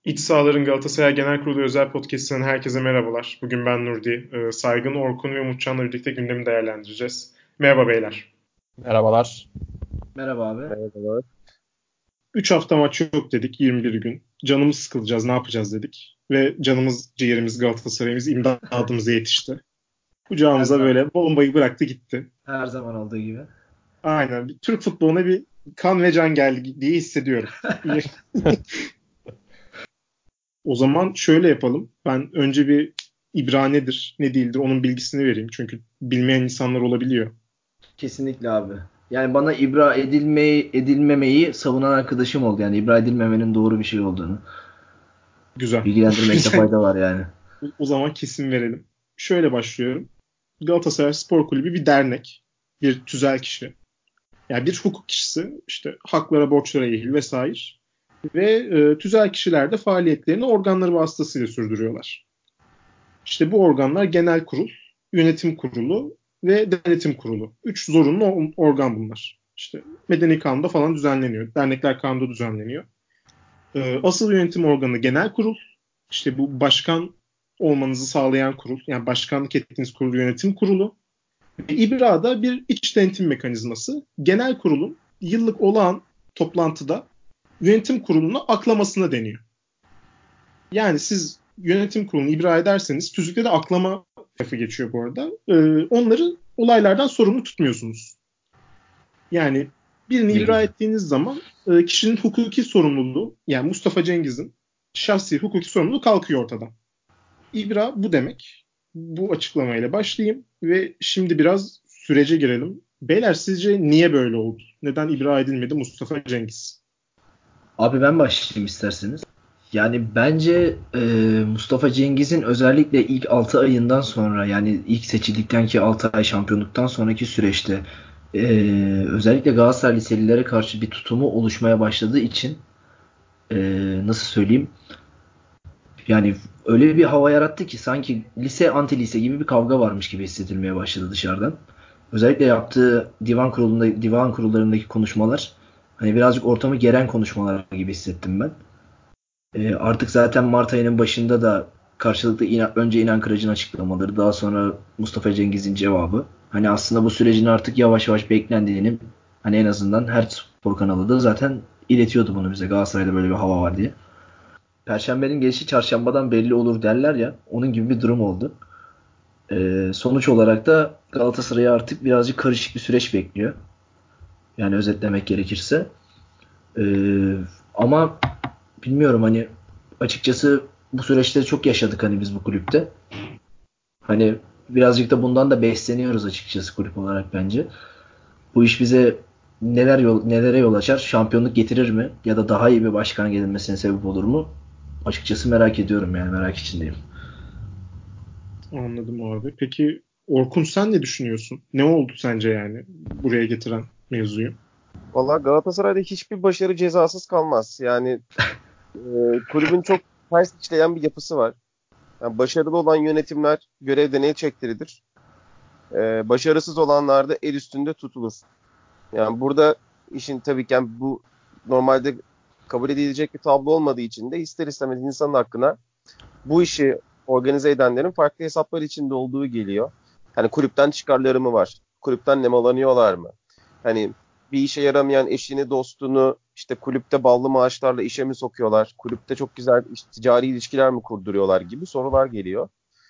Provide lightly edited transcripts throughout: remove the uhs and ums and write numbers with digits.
İç Sahaların Galatasaray Genel Kurulu özel podcast'inden herkese merhabalar. Bugün ben Nurdi. Saygın, Orkun ve Umutcan'la birlikte gündemi değerlendireceğiz. Merhaba beyler. Merhabalar. Merhaba abi. Merhabalar. 3 hafta maç yok dedik, 21 gün. Canımız sıkılacağız, ne yapacağız dedik. Ve canımız, ciğerimiz, Galatasaray'ımız imdadımıza yetişti. Her Kucağımıza zaman, böyle bombayı bıraktı gitti. her zaman olduğu gibi. Aynen. Türk futboluna bir kan ve can geldi diye hissediyorum. O zaman şöyle yapalım. Ben önce bir İbra nedir, ne değildir onun bilgisini vereyim. Çünkü bilmeyen insanlar olabiliyor. Kesinlikle abi. Yani bana edilmemeyi savunan arkadaşım oldu. Yani ibra edilmemenin doğru bir şey olduğunu. Güzel. Bilgilendirmekte Güzel. fayda var yani. O zaman kesin verelim. Şöyle başlıyorum. Galatasaray Spor Kulübü bir dernek. Bir tüzel kişi. Yani bir hukuk kişisi. İşte haklara, borçlara ehil vesaire. Ve tüzel kişiler de faaliyetlerini organları vasıtasıyla sürdürüyorlar. İşte bu organlar genel kurul, yönetim kurulu ve denetim kurulu. Üç zorunlu organ bunlar. İşte medeni kanunda falan düzenleniyor. Dernekler kanunda düzenleniyor. Asıl yönetim organı genel kurul. İşte bu başkan olmanızı sağlayan kurul. Yani başkanlık ettiğiniz kurul yönetim kurulu. Ve İBRA'da bir iç denetim mekanizması. Genel kurulun yıllık olağan toplantıda yönetim kuruluna aklamasına deniyor. Yani siz yönetim kurulunu ibra ederseniz tüzükte de aklama lafı geçiyor bu arada. Onları olaylardan sorumlu tutmuyorsunuz. Yani birini Ne ibra güzel. ettiğiniz zaman kişinin hukuki sorumluluğu yani Mustafa Cengiz'in şahsi hukuki sorumluluğu kalkıyor ortadan. İbra bu demek. Bu açıklamayla başlayayım ve şimdi biraz sürece girelim. Beyler sizce niye böyle oldu? Neden ibra edilmedi Mustafa Cengiz? Abi ben başlayayım isterseniz. Yani bence Mustafa Cengiz'in özellikle ilk 6 ayından sonra yani ilk seçildikten ki 6 ay şampiyonluktan sonraki süreçte e, özellikle Galatasaray liselilere karşı bir tutumu oluşmaya başladığı için e, nasıl söyleyeyim. Yani öyle bir hava yarattı ki sanki lise anti lise gibi bir kavga varmış gibi hissedilmeye başladı dışarıdan. Özellikle yaptığı divan kurullarındaki konuşmalar hani birazcık ortamı geren konuşmalar gibi hissettim ben. Artık zaten Mart ayının başında da karşılıklı önce İnan Kıracı'nın açıklamaları, daha sonra Mustafa Cengiz'in cevabı. Hani aslında bu sürecin artık yavaş yavaş beklendiğini hani en azından her spor kanalı da zaten iletiyordu bunu bize. Galatasaray'da böyle bir hava var diye. Perşembenin gelişi çarşambadan belli olur derler ya. Onun gibi bir durum oldu. Sonuç olarak da Galatasaray'ı artık birazcık karışık bir süreç bekliyor. Yani özetlemek gerekirse. Ama bilmiyorum hani açıkçası bu süreçte çok yaşadık hani biz bu kulüpte. Hani birazcık da bundan da besleniyoruz açıkçası kulüp olarak bence. Bu iş bize nelere yol açar? Şampiyonluk getirir mi? Ya da daha iyi bir başkan gelinmesine sebep olur mu? Açıkçası merak ediyorum yani merak içindeyim. Anladım abi. Peki Orkun sen ne düşünüyorsun? Ne oldu sence yani buraya getiren mevzuyu? Valla Galatasaray'da hiçbir başarı cezasız kalmaz. Yani e, kulübün çok ters işleyen bir yapısı var. Yani başarılı olan yönetimler görevden el çektirilir. Başarısız olanlar da el üstünde tutulur. Yani burada işin tabii ki yani bu normalde kabul edilecek bir tablo olmadığı için de ister istemez insanın hakkına bu işi organize edenlerin farklı hesaplar içinde olduğu geliyor. Hani kulüpten çıkarları mı var? Kulüpten nemalanıyorlar mı? Hani bir işe yaramayan eşini, dostunu işte kulüpte ballı maaşlarla işe mi sokuyorlar? Kulüpte çok güzel ticari ilişkiler mi kurduruyorlar gibi sorular geliyor.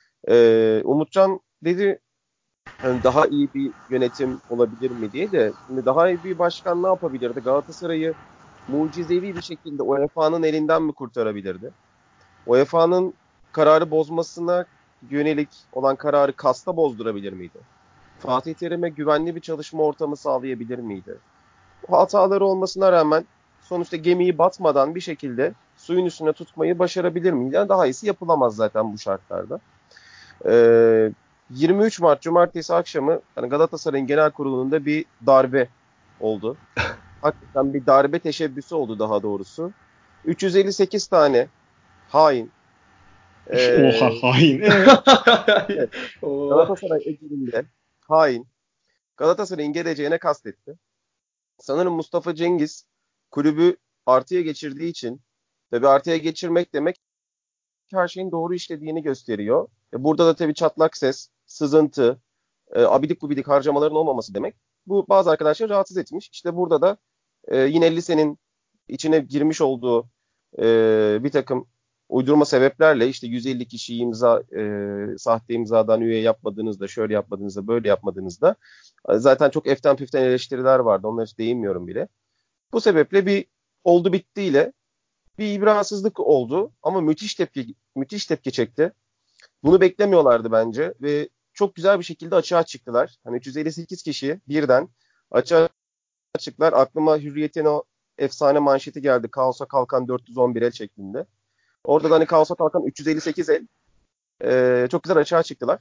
Umutcan dedi hani daha iyi bir yönetim olabilir mi diye de şimdi daha iyi bir başkan ne yapabilirdi? Galatasaray'ı mucizevi bir şekilde UEFA'nın elinden mi kurtarabilirdi? UEFA'nın kararı bozmasına yönelik olan kararı kasta bozdurabilir miydi? Fatih Terim'e güvenli bir çalışma ortamı sağlayabilir miydi? Hataları olmasına rağmen sonuçta gemiyi batmadan bir şekilde suyun üstüne tutmayı başarabilir miydi? Yani daha iyisi yapılamaz zaten bu şartlarda. Ee, 23 Mart Cumartesi akşamı hani Galatasaray'ın genel kurulunda bir darbe oldu. Hakikaten bir darbe teşebbüsü oldu daha doğrusu. 358 tane hain. Oha Ee, hain. evet, Oo. Galatasaray ecelinde hain. Galatasaray'ın geleceğine kastetti. Sanırım Mustafa Cengiz kulübü artıya geçirdiği için Tabii artıya geçirmek demek her şeyin doğru işlediğini gösteriyor. Burada da tabii çatlak ses, sızıntı, abidik gubidik harcamaların olmaması demek. Bu bazı arkadaşları rahatsız etmiş. İşte burada da yine lisenin içine girmiş olduğu bir takım uydurma sebeplerle işte 150 kişiyi sahte imzadan üye yapmadığınızda, şöyle yapmadığınızda, böyle yapmadığınızda zaten çok eften püften eleştiriler vardı. Onlara hiç değinmiyorum bile. Bu sebeple bir oldu bittiyle bir ibrasızlık oldu ama müthiş tepki çekti. Bunu beklemiyorlardı bence ve çok güzel bir şekilde açığa çıktılar. Hani 358 kişi birden açığa çıktılar. Aklıma Hürriyet'in o efsane manşeti geldi. Kaosa kalkan 411 el şeklinde. Orada da hani kaosa kalkan 358 el. Çok güzel açığa çıktılar.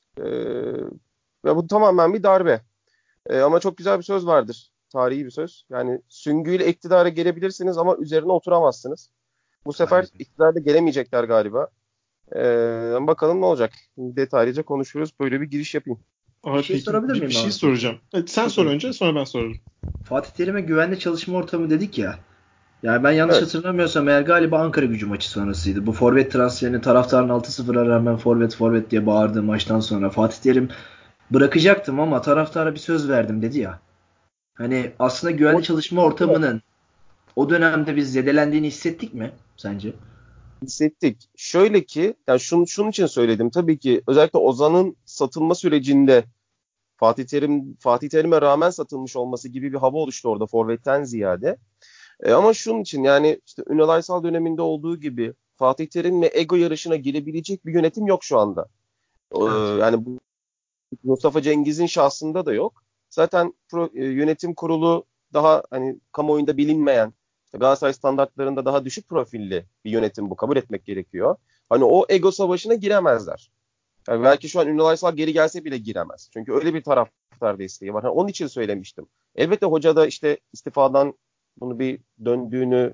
Ve bu tamamen bir darbe. Ama çok güzel bir söz vardır. Tarihi bir söz. Yani süngüyle iktidara gelebilirsiniz ama üzerine oturamazsınız. Bu sefer Aynen. iktidara gelemeyecekler galiba. Bakalım ne olacak. Detaylıca konuşuruz. Böyle bir giriş yapayım. Bir Abi şey peki sorabilir bir miyim şey abi? soracağım. Sen Çok sor özür önce, dilerim. sonra ben sorarım. Fatih Terim'e güvenli çalışma ortamı dedik ya. Yani ben yanlış Evet. hatırlamıyorsam eğer galiba Ankara-Gücü maçı sonrasıydı. Bu forvet transferini taraftarın 6-0'a rağmen forvet diye bağırdığı maçtan sonra Fatih Terim bırakacaktım ama taraftara bir söz verdim dedi ya. Hani aslında güvenli O çalışma ortamının o dönemde biz zedelendiğini hissettik mi sence? hissettik. Şöyle ki, yani şunun için söyledim. Tabii ki özellikle Ozan'ın satılma sürecinde Fatih Terim'e rağmen satılmış olması gibi bir hava oluştu orada forvetten ziyade. Ama şunun için yani işte Ünal Aysal döneminde olduğu gibi Fatih Terim'le ego yarışına girebilecek bir yönetim yok şu anda. Evet. Yani bu Mustafa Cengiz'in şahsında da yok. Zaten yönetim kurulu daha hani kamuoyunda bilinmeyen, işte Galatasaray standartlarında daha düşük profilli bir yönetim bu. Kabul etmek gerekiyor. Hani o ego savaşına giremezler. Yani belki şu an Ünal Aysal geri gelse bile giremez. Çünkü öyle bir taraftar desteği var. Hani onun için söylemiştim. Elbette hoca da işte istifadan bunu bir döndüğünü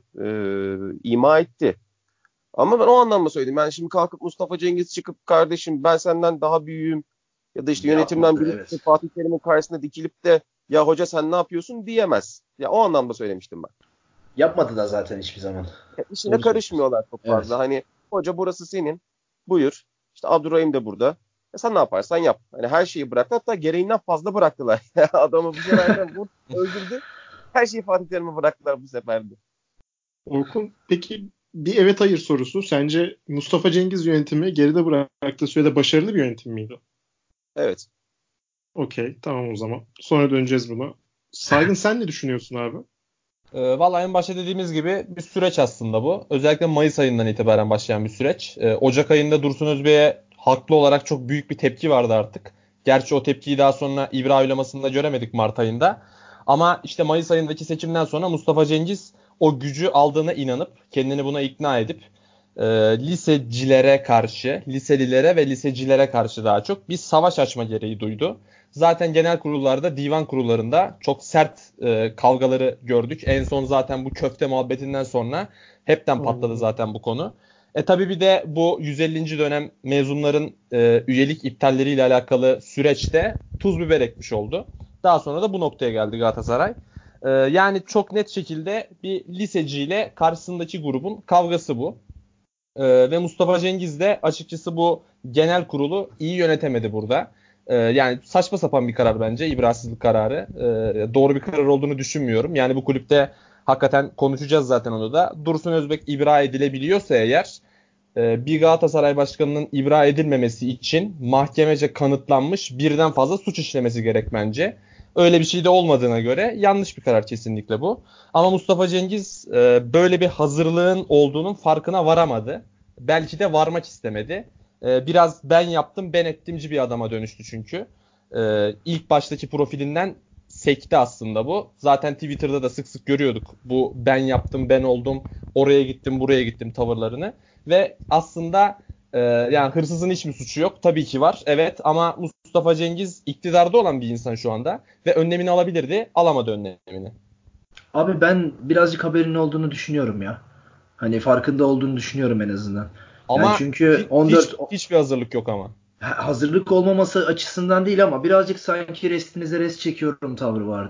ima etti. Ama ben o anlamda söyledim. Yani şimdi kalkıp Mustafa Cengiz çıkıp kardeşim ben senden daha büyüğüm ya da işte yönetimden Yapmadı, birisi evet. Fatih Terim'in karşısında dikilip de ya hoca sen ne yapıyorsun diyemez. Ya o anlamda söylemiştim ben. Yapmadı da zaten hiçbir zaman. Ya işine Doğru söylüyorsun. karışmıyorlar çok fazla. Evet. Hani hoca burası senin. Buyur. İşte Abdurrahim de burada. Sen ne yaparsan yap. Hani her şeyi bıraktı. Hatta gereğinden fazla bıraktılar. Adamı bu sefer de vurdu, öldürdü. Her şeyi Fatih Terim'e bıraktılar bu sefer de. Orkun, peki bir evet hayır sorusu. Sence Mustafa Cengiz yönetimi geride bıraktığı sürede başarılı bir yönetim miydi? Evet. Okey, tamam o zaman. Sonra döneceğiz buna. Saygın, sen ne düşünüyorsun abi? Vallahi en başta dediğimiz gibi bir süreç aslında bu. Özellikle Mayıs ayından itibaren başlayan bir süreç. Ocak ayında Dursun Özbek'e haklı olarak çok büyük bir tepki vardı artık. Gerçi o tepkiyi daha sonra İbra oylamasında göremedik Mart ayında. Ama işte Mayıs ayındaki seçimden sonra Mustafa Cengiz o gücü aldığına inanıp kendini buna ikna edip lisecilere karşı, liselilere ve lisecilere karşı daha çok bir savaş açma gereği duydu. Zaten genel kurullarda, divan kurullarında çok sert kavgaları gördük. En son zaten bu köfte muhabbetinden sonra hepten patladı Aynen. zaten bu konu. Tabii bir de bu 150. dönem mezunların üyelik iptalleriyle alakalı süreçte tuz biber ekmiş oldu. Daha sonra da bu noktaya geldi Galatasaray. Yani çok net şekilde bir liseciyle karşısındaki grubun kavgası bu. Ve Mustafa Cengiz de açıkçası bu genel kurulu iyi yönetemedi burada. Yani saçma sapan bir karar bence. İbrasızlık kararı. Doğru bir karar olduğunu düşünmüyorum. Yani bu kulüpte hakikaten konuşacağız zaten onu da. Dursun Özbek ibra edilebiliyorsa eğer bir Galatasaray başkanının ibra edilmemesi için mahkemece kanıtlanmış birden fazla suç işlemesi gerek bence. Öyle bir şey de olmadığına göre yanlış bir karar kesinlikle bu. Ama Mustafa Cengiz böyle bir hazırlığın olduğunun farkına varamadı. Belki de varmak istemedi. Biraz ben yaptım, ben ettimci bir adama dönüştü çünkü. İlk baştaki profilinden sekti aslında bu. Zaten Twitter'da da sık sık görüyorduk. Bu ben yaptım, ben oldum, oraya gittim, buraya gittim tavırlarını. Ve aslında yani hırsızın hiçbir suçu yok. Tabii ki var. Evet ama Mustafa Cengiz iktidarda olan bir insan şu anda. Ve önlemini alabilirdi. Alamadı önlemini. Abi ben birazcık haberin olduğunu düşünüyorum ya. Hani farkında olduğunu düşünüyorum en azından. Yani Ama çünkü 14 hiçbir hazırlık yok ama. hazırlık olmaması açısından değil ama birazcık sanki restinize rest çekiyorum tavrı vardı.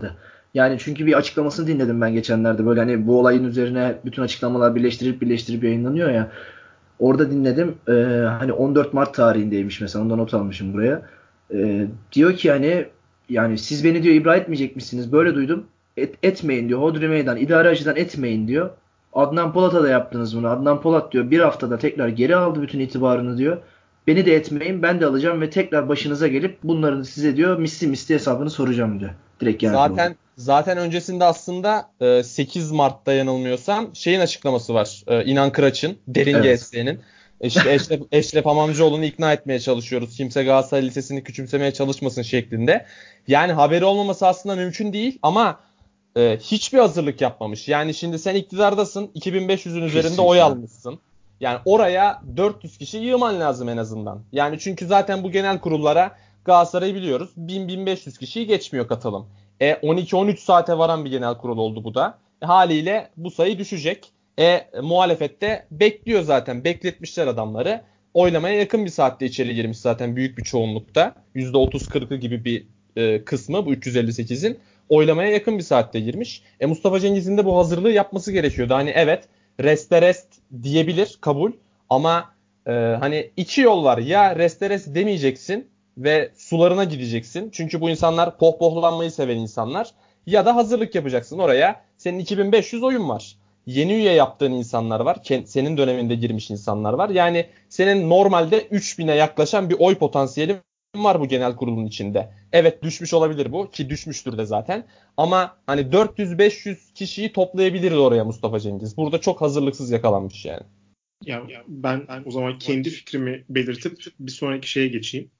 Yani çünkü bir açıklamasını dinledim ben geçenlerde. Böyle hani bu olayın üzerine bütün açıklamalar birleştirip yayınlanıyor ya. Orada dinledim. Hani 14 Mart tarihindeymiş mesela. Ondan not almışım buraya. Diyor ki hani yani siz beni diyor ibra etmeyecekmişsiniz. Böyle duydum. Etmeyin diyor. Hodri meydan. İdari açıdan etmeyin diyor. Adnan Polat'a da yaptınız bunu. Adnan Polat diyor bir haftada tekrar geri aldı bütün itibarını diyor. Beni de etmeyin ben de alacağım ve tekrar başınıza gelip bunların size diyor misli hesabını soracağım diyor. Direkt genel kurulda. Zaten öncesinde aslında 8 Mart'ta yanılmıyorsam şeyin açıklaması var. İnan Kıraç'ın, Derin Evet. GS'nin. İşte Eşref Hamamcıoğlu'nu ikna etmeye çalışıyoruz. Kimse Galatasaray Lisesi'ni küçümsemeye çalışmasın şeklinde. Yani haberi olmaması aslında mümkün değil ama hiçbir hazırlık yapmamış. Yani şimdi sen iktidardasın, 2500'ün üzerinde Kesinlikle. oy almışsın. Yani oraya 400 kişi yığman lazım en azından. Yani çünkü zaten bu genel kurullara Galatasaray'ı biliyoruz. 1000-1500 kişiyi geçmiyor katılım. 12-13 saate varan bir genel kurul oldu bu da. Haliyle bu sayı düşecek. Muhalefette bekliyor zaten. Bekletmişler adamları. Oylamaya yakın bir saatte içeri girmiş zaten büyük bir çoğunlukta. %30-40'ı gibi bir kısmı bu 358'in oylamaya yakın bir saatte girmiş. Mustafa Cengiz'in de bu hazırlığı yapması gerekiyordu. Hani evet reste rest diyebilir kabul ama hani iki yol var. Ya reste rest demeyeceksin ve sularına gideceksin. Çünkü bu insanlar pohpohlanmayı seven insanlar. Ya da hazırlık yapacaksın oraya. Senin 2500 oyun var. Yeni üye yaptığın insanlar var. Senin döneminde girmiş insanlar var. Yani senin normalde 3000'e yaklaşan bir oy potansiyeli var bu genel kurulun içinde. Evet düşmüş olabilir bu ki düşmüştür de zaten. Ama hani 400-500 kişiyi toplayabilir oraya Mustafa Cengiz. Burada çok hazırlıksız yakalanmış yani. Ya ben o zaman kendi fikrimi belirtip bir sonraki şeye geçeyim.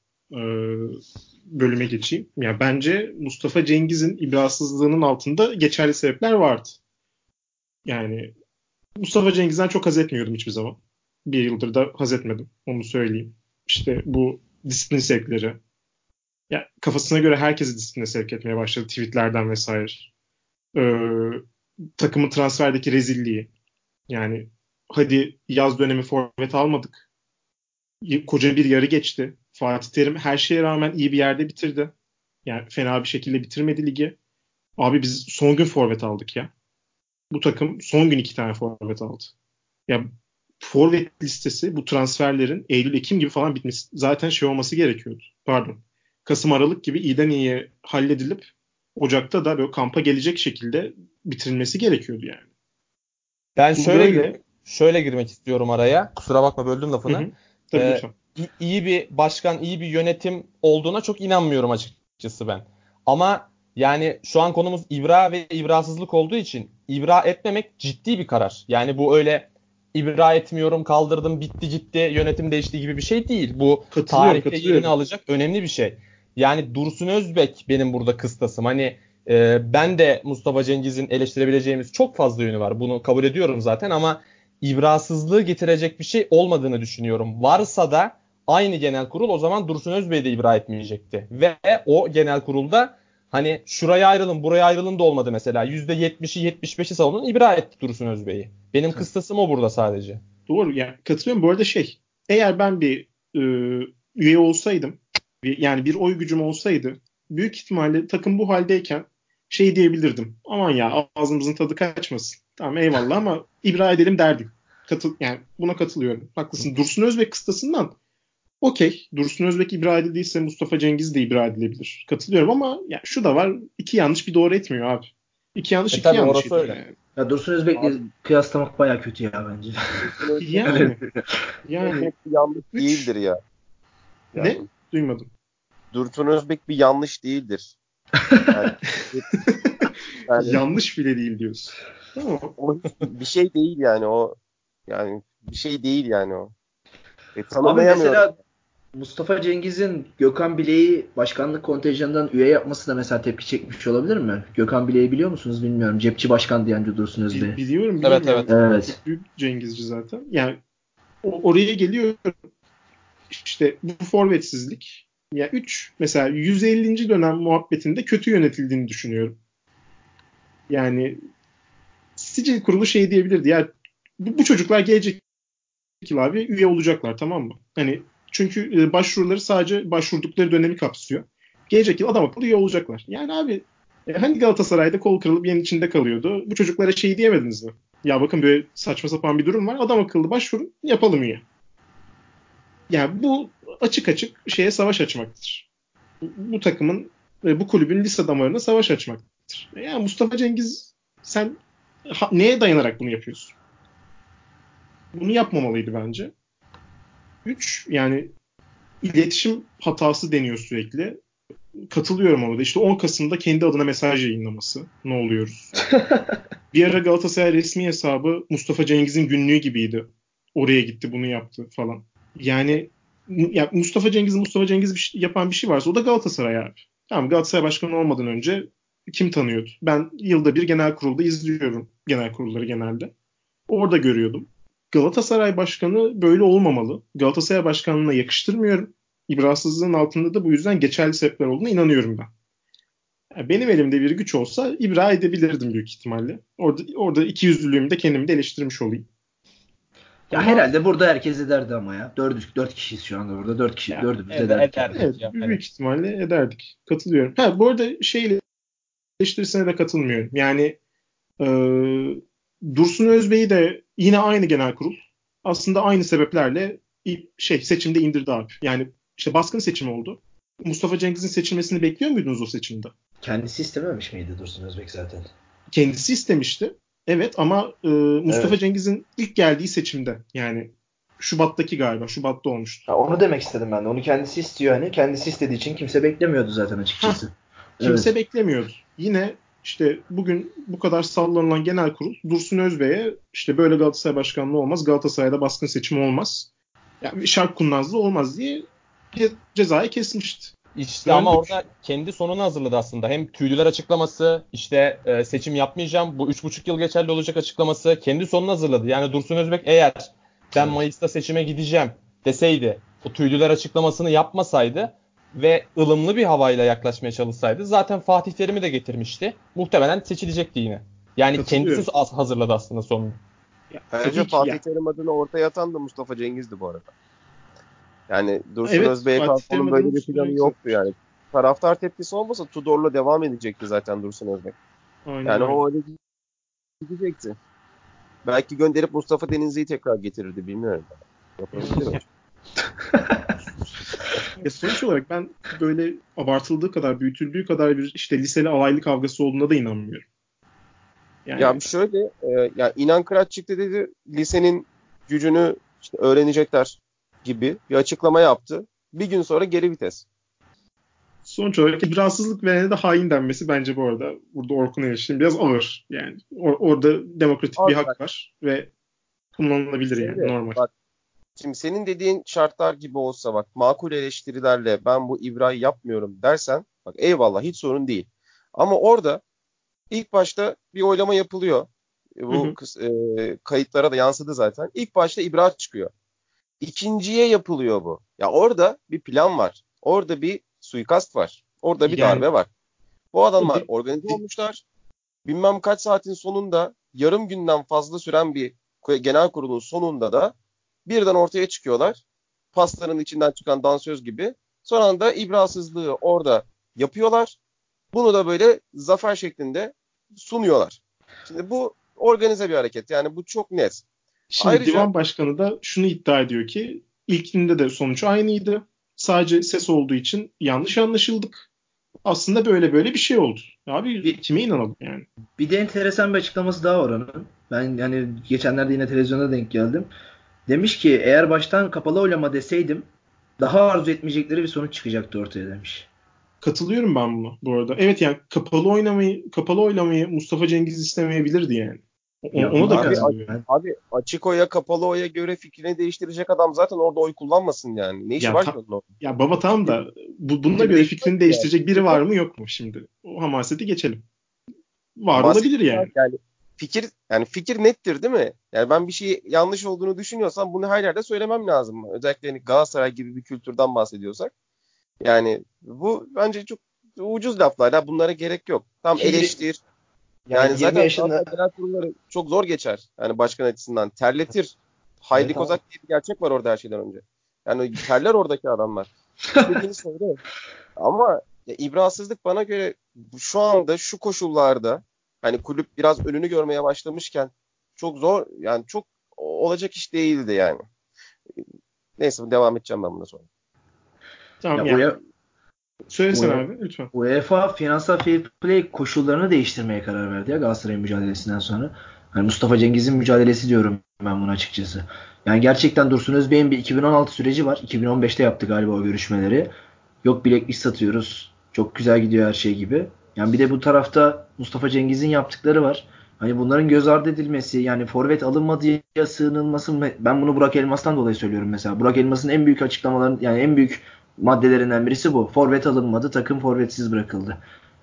Bölüme geçeyim. Ya bence Mustafa Cengiz'in ibrasızlığının altında geçerli sebepler vardı. Yani Mustafa Cengiz'den çok haz etmiyordum hiçbir zaman. Bir yıldır da haz etmedim. Onu söyleyeyim. İşte bu disiplin sevkleri. Ya kafasına göre herkesi disipline sevk etmeye başladı tweetlerden vesaire. Takımın transferdeki rezilliği. Yani hadi yaz dönemi forvet almadık. Koca bir yarı geçti. Fatih Terim her şeye rağmen iyi bir yerde bitirdi. Yani fena bir şekilde bitirmedi ligi. Abi biz son gün forvet aldık ya. Bu takım son gün 2 tane forvet aldı. Ya forvet listesi bu transferlerin Eylül-Ekim gibi falan bitmesi zaten şey olması gerekiyordu. Pardon. Kasım-Aralık gibi iyiden iyiye halledilip Ocak'ta da böyle kampa gelecek şekilde bitirilmesi gerekiyordu yani. Ben Bu böyle. şöyle girmek istiyorum araya. Kusura bakma böldüm lafını. Hı hı. Tabii lütfen. İyi bir başkan, iyi bir yönetim olduğuna çok inanmıyorum açıkçası ben. Ama yani şu an konumuz ibra ve ibrasızlık olduğu için ibra etmemek ciddi bir karar. Yani bu öyle ibra etmiyorum, kaldırdım, bitti gitti, yönetim değişti gibi bir şey değil. Bu tarihte yerini alacak önemli bir şey. Yani Dursun Özbek benim burada kıstasım. Hani ben de Mustafa Cengiz'in eleştirebileceğimiz çok fazla yönü var. Bunu kabul ediyorum zaten ama ibrasızlığı getirecek bir şey olmadığını düşünüyorum. Varsa da aynı genel kurul o zaman Dursun Özbey'i de ibra etmeyecekti. Ve o genel kurulda hani şuraya ayrılın buraya ayrılın da olmadı mesela. %70'i 75'i savunan ibra etti Dursun Özbey'i. Benim kıstasım o burada sadece. Doğru yani katılıyorum. Bu arada eğer ben bir üye olsaydım yani bir oy gücüm olsaydı büyük ihtimalle takım bu haldeyken diyebilirdim. Aman ya ağzımızın tadı kaçmasın. Tamam eyvallah ama ibra edelim derdim. Yani buna katılıyorum. Haklısın. Dursun Özbek kıstasından okey. Dursun Özbek ibra edildiyse Mustafa Cengiz de ibra edilebilir. Katılıyorum ama ya şu da var. 2 yanlış bir doğru etmiyor abi. 2 yanlış 2 Tabii yanlış orası ediyor öyle. yani. Ya Dursun Özbek'le kıyaslamak baya kötü ya bence. Yani Özbek bir yanlış 3 değildir ya. ne? Yani Duymadım. Dursun Özbek bir yanlış değildir. Yani, yani Yanlış bile değil diyorsun. Tamam. o bir şey değil yani o. Yani bir şey değil yani o. Abi Tanımlayamıyorum. mesela Mustafa Cengiz'in Gökhan Bileği başkanlık kontenjanından üye yapması da mesela tepki çekmiş olabilir mi? Gökhan Bileği biliyor musunuz bilmiyorum. Cepçi başkan diyen Dursun Özbey. Biliyorum Evet yani. evet. Evet. Çok büyük Cengizci zaten. Yani oraya geliyor işte bu forvetsizlik. Ya 3 mesela 150. dönem muhabbetinde kötü yönetildiğini düşünüyorum. Yani sicil kurulu diyebilirdi. Ya bu çocuklar gelecek yıl abi üye olacaklar tamam mı? Hani çünkü başvuruları sadece başvurdukları dönemi kapsıyor. Gelecek yıl adam akıllı üye olacaklar. Yani abi Hani Galatasaray'da kol kırılıp yerin içinde kalıyordu. Bu çocuklara şey diyemediniz mi? Ya bakın böyle saçma sapan bir durum var. Adam akıllı başvurun yapalım üye. Yani bu açık açık şeye savaş açmaktır. Bu takımın ve bu kulübün lise damarına savaş açmaktır. Yani Mustafa Cengiz sen neye dayanarak bunu yapıyorsun? Bunu yapmamalıydı bence. 3 yani iletişim hatası deniyor sürekli. Katılıyorum ona da. İşte 10 Kasım'da kendi adına mesaj yayınlaması. Ne oluyoruz? Bir ara Galatasaray resmi hesabı Mustafa Cengiz'in günlüğü gibiydi. Oraya gitti, bunu yaptı falan. Yani ya Mustafa Cengiz yapan bir şey varsa o da Galatasaray abi. Tamam, Galatasaray başkanı olmadan önce kim tanıyordu? Ben yılda bir genel kurulda izliyorum genel kurulları genelde. Orada görüyordum. Galatasaray başkanı böyle olmamalı. Galatasaray başkanlığına yakıştırmıyorum. İbrasızlığın altında da bu yüzden geçerli sebepler olduğuna inanıyorum ben. Yani benim elimde bir güç olsa ibra edebilirdim büyük ihtimalle. Orada ikiyüzlülüğümü de kendimi de eleştirmiş olayım. Ya Ama herhalde burada herkes ederdi ama ya. Dört kişiyiz şu anda burada. Dört kişi, ya, dördümüz de ederdik. evet, Ya, hani. büyük ihtimalle ederdik. Katılıyorum. Ha, bu arada eleştirisine de katılmıyorum. Yani e, Dursun Özbey'i de yine aynı genel kurul aslında aynı sebeplerle seçimde indirdi abi. Yani işte baskın seçim oldu. Mustafa Cengiz'in seçilmesini bekliyor muydunuz o seçimde? Kendisi istememiş miydi Dursun Özbek zaten? Kendisi istemişti. Evet ama Mustafa Evet. Cengiz'in ilk geldiği seçimde yani Şubat'taki galiba. Şubat'ta olmuştu. Ha, onu demek istedim ben de. Onu kendisi istiyor hani. Kendisi istediği için kimse beklemiyordu zaten Hah, açıkçası. kimse Evet. beklemiyordu. Yine işte bugün bu kadar sallanılan genel kurul Dursun Özbey'e işte böyle Galatasaray başkanlığı olmaz, Galatasaray'da baskın seçim olmaz, yani şark kurnazlığı olmaz diye cezayı kesmişti. İşte ama Döndük. orada kendi sonunu hazırladı aslında. Hem tüylüler açıklaması, işte seçim yapmayacağım, bu 3,5 yıl geçerli olacak açıklaması kendi sonunu hazırladı. Yani Dursun Özbek eğer ben Evet. Mayıs'ta seçime gideceğim deseydi, o tüylüler açıklamasını yapmasaydı ve ılımlı bir havayla yaklaşmaya çalışsaydı zaten Fatih Terim'i de getirmişti. Muhtemelen seçilecekti yine. Yani kendisi Katılıyorum. hazırladı aslında sonunu. Ya, Bence tabii ki Fatih ya. Terim adına ortaya atan da Mustafa Cengiz'di bu arada. Yani Dursun Evet, Özbek'e Fatih kalk Terim onun adına böyle bir Mustafa planı Cengiz yoktu atmıştı. yani. Taraftar tepkisi olmasa Tudor'la devam edecekti zaten Dursun Özbek. Aynen Yani öyle. o öyle gidecekti. Belki gönderip Mustafa Denizli'yi tekrar getirirdi, bilmiyorum. Yapabilir mi? Ya sonuç olarak ben böyle abartıldığı kadar, büyütüldüğü kadar bir işte liseli alaylı kavgası olduğuna da inanmıyorum. Ya Yani şöyle, ya İnan Kıraç çıktı dedi, lisenin gücünü işte öğrenecekler gibi bir açıklama yaptı. Bir gün sonra geri vites. sonuç olarak rahatsızlık verene de hain denmesi bence bu arada burada Orkun Eriş'in biraz ağır. Yani orada demokratik bir Abi bak, hak var ve kullanılabilir yani şöyle normal. bak, şimdi senin dediğin şartlar gibi olsa, bak makul eleştirilerle ben bu ibrayı yapmıyorum dersen, bak eyvallah, hiç sorun değil. Ama orada ilk başta bir oylama yapılıyor. Hı Bu hı. kayıtlara da yansıdı zaten. İlk başta ibra çıkıyor. İkinciye yapılıyor bu. Ya orada bir plan var. Orada bir suikast var. Orada bir Yani darbe var. Bu o adamlar organize olmuşlar. Bilmem kaç saatin sonunda, yarım günden fazla süren bir genel kurulun sonunda da birden ortaya çıkıyorlar. Pastanın içinden çıkan dansöz gibi. Son anda ibrasızlığı orada yapıyorlar. Bunu da böyle zafer şeklinde sunuyorlar. Şimdi bu organize bir hareket. Yani bu çok net. şimdi Ayrıca divan başkanı da şunu iddia ediyor ki ilkinde de sonuç aynıydı. Sadece ses olduğu için yanlış anlaşıldık. Aslında böyle bir şey oldu. Abi Bir, kime inanalım yani? bir de enteresan bir açıklaması daha var onun. Ben yani geçenlerde yine televizyonda denk geldim. Demiş ki eğer baştan kapalı oylama deseydim daha arzu etmeyecekleri bir sonuç çıkacaktı ortaya demiş. Katılıyorum ben buna bu arada. Evet yani kapalı oylamayı Mustafa Cengiz istemeyebilirdi yani. Ona da Yapmaz abi, yani. katılıyorum. abi açık oya kapalı oya göre fikrini değiştirecek adam zaten orada oy kullanmasın yani. Ne işi Ya var ki ta- onun orada? ya baba tamam Fikir, da bununla fikir göre değişmez fikrini ki yani. değiştirecek biri Fikir var yok. mı yok mu şimdi? O hamaseti geçelim. Var olabilir Hamaset var yani. yani. Fikir nettir değil mi? Yani ben bir şey yanlış olduğunu düşünüyorsam bunu her yerde söylemem lazım. Özellikle hani Galatasaray gibi bir kültürden bahsediyorsak. Yani bu bence çok ucuz laflar. Ya bunlara gerek yok. Tam Ki eleştir. Yani yani 20 zaten yaşında Galatasaray genel kurulları çok zor geçer. Yani başkan açısından terletir. Haydi evet abi. Kozak diye bir gerçek var orada her şeyden önce. Yani terler oradaki adamlar. İstediğini söyle. Ama İbrasızlık bana göre şu anda şu koşullarda hani kulüp biraz önünü görmeye başlamışken çok zor, yani çok olacak iş değildi yani. Neyse, devam edeceğim ben buna sonra. Tamam Ya yani. Söylesene UE abi lütfen. UEFA finansal fair play koşullarını değiştirmeye karar verdi ya Galatasaray'ın mücadelesinden sonra. Hani Mustafa Cengiz'in mücadelesi diyorum ben buna açıkçası. Yani gerçekten Dursun Özbey'in bir 2016 süreci var. 2015'te yaptı galiba o görüşmeleri. Yok blacklist satıyoruz. Çok güzel gidiyor her şey gibi. Yani bir de bu tarafta Mustafa Cengiz'in yaptıkları var. Hani bunların göz ardı edilmesi, yani forvet alınmadıya sığınılması, ben bunu Burak Elmas'tan dolayı söylüyorum mesela. Burak Elmas'ın en büyük açıklamaların, yani en büyük maddelerinden birisi bu. Forvet alınmadı, takım forvetsiz bırakıldı.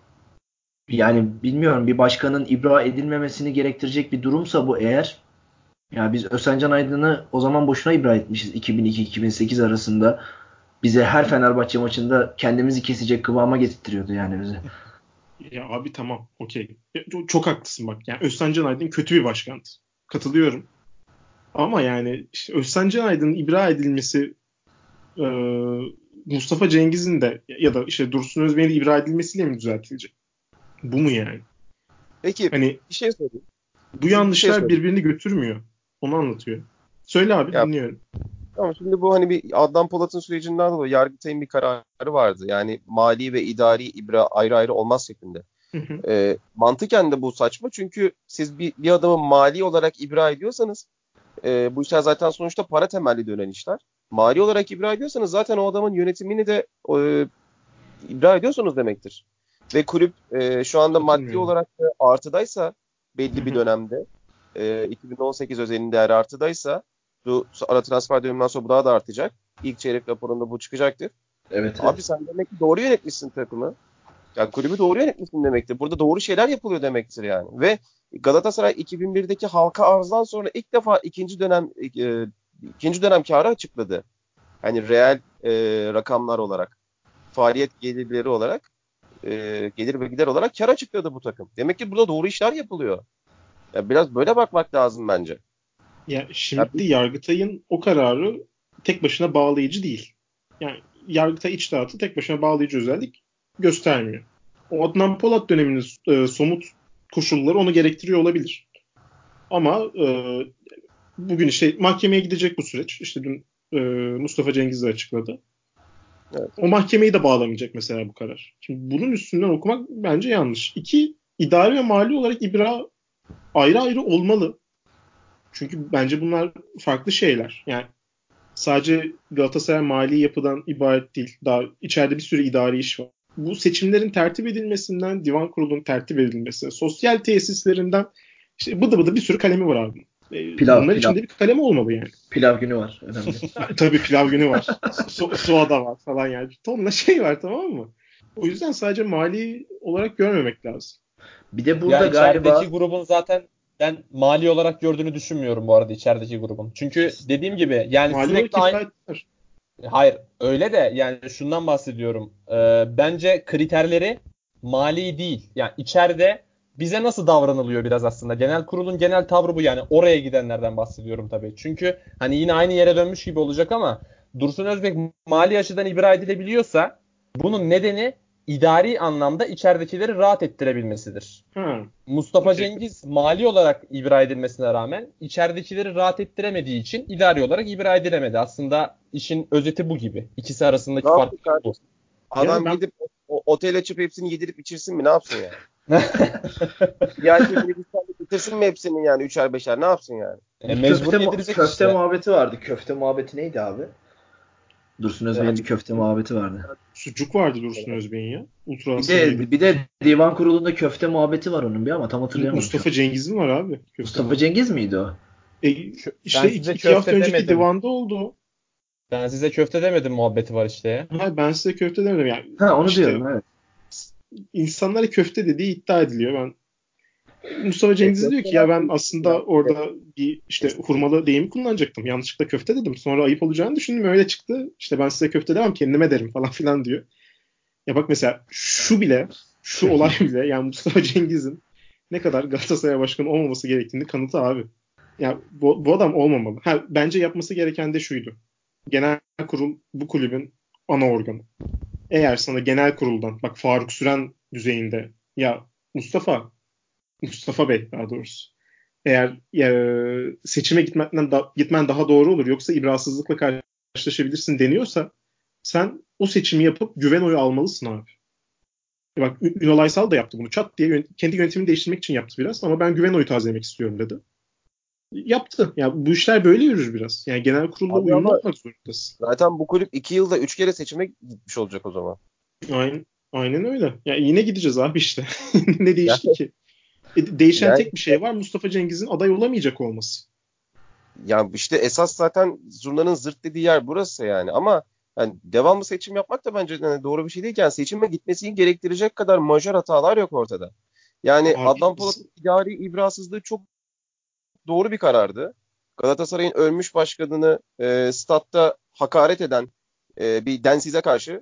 Yani bilmiyorum, bir başkanın ibra edilmemesini gerektirecek bir durumsa bu eğer, ya biz Özcan Aydın'ı o zaman boşuna ibra etmişiz 2002-2008 arasında. Bize her Fenerbahçe maçında kendimizi kesecek kıvama getirtiyordu yani bizi. Ya abi tamam, okey. Çok haklısın bak. Yani Özcan Can Aydın kötü bir başkandı. Katılıyorum. Ama yani işte Özcan Can Aydın'ın ibra edilmesi, e, Mustafa Cengiz'in de ya da işte Dursun Özbey'in de ibra edilmesiyle mi düzeltilecek? Bu mu yani? Peki Hani bir şey söyleyeyim. bu Bir şey yanlışlar söyleyeyim. birbirini götürmüyor. Onu anlatıyor. Söyle abi, Ya dinliyorum. tamam, şimdi bu hani bir Adnan Polat'ın sürecinden dolayı Yargıtay'ın bir kararı vardı. Yani mali ve idari ibra ayrı ayrı olmaz şeklinde. Hı hı. Mantıken de bu saçma, çünkü siz bir adamı mali olarak ibra ediyorsanız, bu işler zaten sonuçta para temelli dönen işler. Mali olarak ibra ediyorsanız zaten o adamın yönetimini de ibra ediyorsunuz demektir. Ve kulüp şu anda maddi Katılmıyorum. olarak da artıdaysa, Hı belli bir hı. dönemde 2018 özelinde eğer artıdaysa, bu ara transfer döneminden sonra bu daha da artacak. İlk çeyrek raporunda bu çıkacaktır. Evet, Abi evet. sen demek ki doğru yönetmişsin takımı. Yani kulübü doğru yönetmişsin demektir. Burada doğru şeyler yapılıyor demektir yani. Ve Galatasaray 2001'deki halka arzdan sonra ilk defa ikinci dönem karı açıkladı. Hani reel rakamlar olarak, faaliyet gelirleri olarak, gelir ve gider olarak kar açıkladı bu takım. Demek ki burada doğru işler yapılıyor. Ya biraz böyle bakmak lazım bence. Ya Ya şimdi Yargıtay'ın o kararı tek başına bağlayıcı değil. Yani Yargıtay içtihatı tek başına bağlayıcı özellik göstermiyor. O Adnan Polat döneminin somut koşulları onu gerektiriyor olabilir. Ama bugün işte mahkemeye gidecek bu süreç. İşte dün Mustafa Cengiz de açıkladı. evet. O mahkemeyi de bağlamayacak mesela bu karar. Şimdi bunun üstünden okumak bence yanlış. İki, idari ve mali olarak ibra ayrı ayrı olmalı. Çünkü bence bunlar farklı şeyler. Yani sadece Galatasaray mali yapıdan ibaret değil. Daha içeride bir sürü idari iş var. Bu seçimlerin tertip edilmesinden, divan kurulunun tertip edilmesi, sosyal tesislerinden işte bıdı bıdı bir sürü kalemi var abi. Pilav, Bunlar pilav. içinde bir kalem olmalı yani. Pilav günü var. Önemli. Tabii pilav günü var. Soğada var falan yani. Tonla şey var, tamam mı? O yüzden sadece mali olarak görmemek lazım. Bir de Ya burada içerideki galiba grubun zaten ben mali olarak gördüğünü düşünmüyorum bu arada içerideki grubun. Çünkü dediğim gibi yani Mali olarak sürekli aynı. ibra ettiler. Hayır öyle de yani şundan bahsediyorum. Bence kriterleri mali değil. Yani içeride bize nasıl davranılıyor biraz aslında. Genel kurulun genel tavrı bu yani. Oraya gidenlerden bahsediyorum tabii. Çünkü hani yine aynı yere dönmüş gibi olacak ama Dursun Özbek mali açıdan ibra edilebiliyorsa bunun nedeni idari anlamda içeridekileri rahat ettirebilmesidir. Ha, Mustafa okey. Cengiz mali olarak ibra edilmesine rağmen içeridekileri rahat ettiremediği için idari olarak ibra edilemedi. Aslında işin özeti bu gibi. İkisi Ne arasındaki fark yapsın bu. kardeşim? Yani Adam ben gidip otel açıp hepsini yedirip içirsin mi? Ne yapsın yani? VIP minibüslerle bitirsin mi hepsini yani? Üçer beşer ne yapsın yani? bir Mecbur yedirecek köfte işte. muhabbeti vardı. Köfte muhabbeti neydi abi? Dursun Özbey'in bir Açık köfte muhabbeti vardı. sucuk vardı Dursun Özbey'in ya. Ultra Bir Aslı'nın yedi. de bir de divan kurulunda köfte muhabbeti var onun, bir ama tam hatırlayamadım şu an. Mustafa Cengiz'in var abi köfte Mustafa muhabbeti. Cengiz miydi o? E, Ben işte size iki hafta köfte önceki demedim. divanda oldu o. Ben size köfte demedim muhabbeti var işte ya. Ha, ben size köfte demedim. Yani Ha, onu işte diyorum, evet. insanlara köfte dediği iddia ediliyor. Ben Mustafa Cengiz diyor ki ya Köfteler ben değişti aslında biraz. orada bir işte hurmalı deyimi kullanacaktım. Yanlışlıkla köfte dedim. Sonra ayıp olacağını düşündüm. Öyle çıktı. İşte ben size köfte demem, kendime derim falan filan diyor. Ya bak mesela şu olay bile yani Mustafa Cengiz'in ne kadar Galatasaray başkanı olmaması gerektiğini kanıtı abi. Ya bu adam olmamalı. Ha, bence yapması gereken de şuydu. Genel kurul bu kulübün ana organı. eğer sana genel kuruldan, bak Faruk Süren düzeyinde, ya Mustafa Bey daha doğrusu, eğer seçime gitmen daha doğru olur, yoksa ibrasızlıkla karşılaşabilirsin deniyorsa, sen o seçimi yapıp güven oyu almalısın abi. Bak Ünal Aysal da yaptı bunu. Çat diye kendi yönetimini değiştirmek için yaptı biraz, ama ben güven oyu tazelemek istiyorum dedi. Yaptı. Ya bu işler böyle yürür biraz. Yani genel kurulla Abi uyumlu ama olmak zorundasın. zaten bu kulüp 2 yılda 3 kere seçime gitmiş olacak o zaman. Aynen öyle. Ya yine gideceğiz abi işte. Ne değişti Yani, ki? Değişen yani tek bir şey var. Mustafa Cengiz'in aday olamayacak olması. ya işte esas zaten zurnanın zırt dediği yer burası yani. Ama yani devamlı seçim yapmak da bence yani doğru bir şey değil. Yani seçime gitmesini gerektirecek kadar majör hatalar yok ortada. Yani Abi Adnan Polat'ın idari ibrasızlığı çok doğru bir karardı. Galatasaray'ın ölmüş başkanını statta hakaret eden bir densize karşı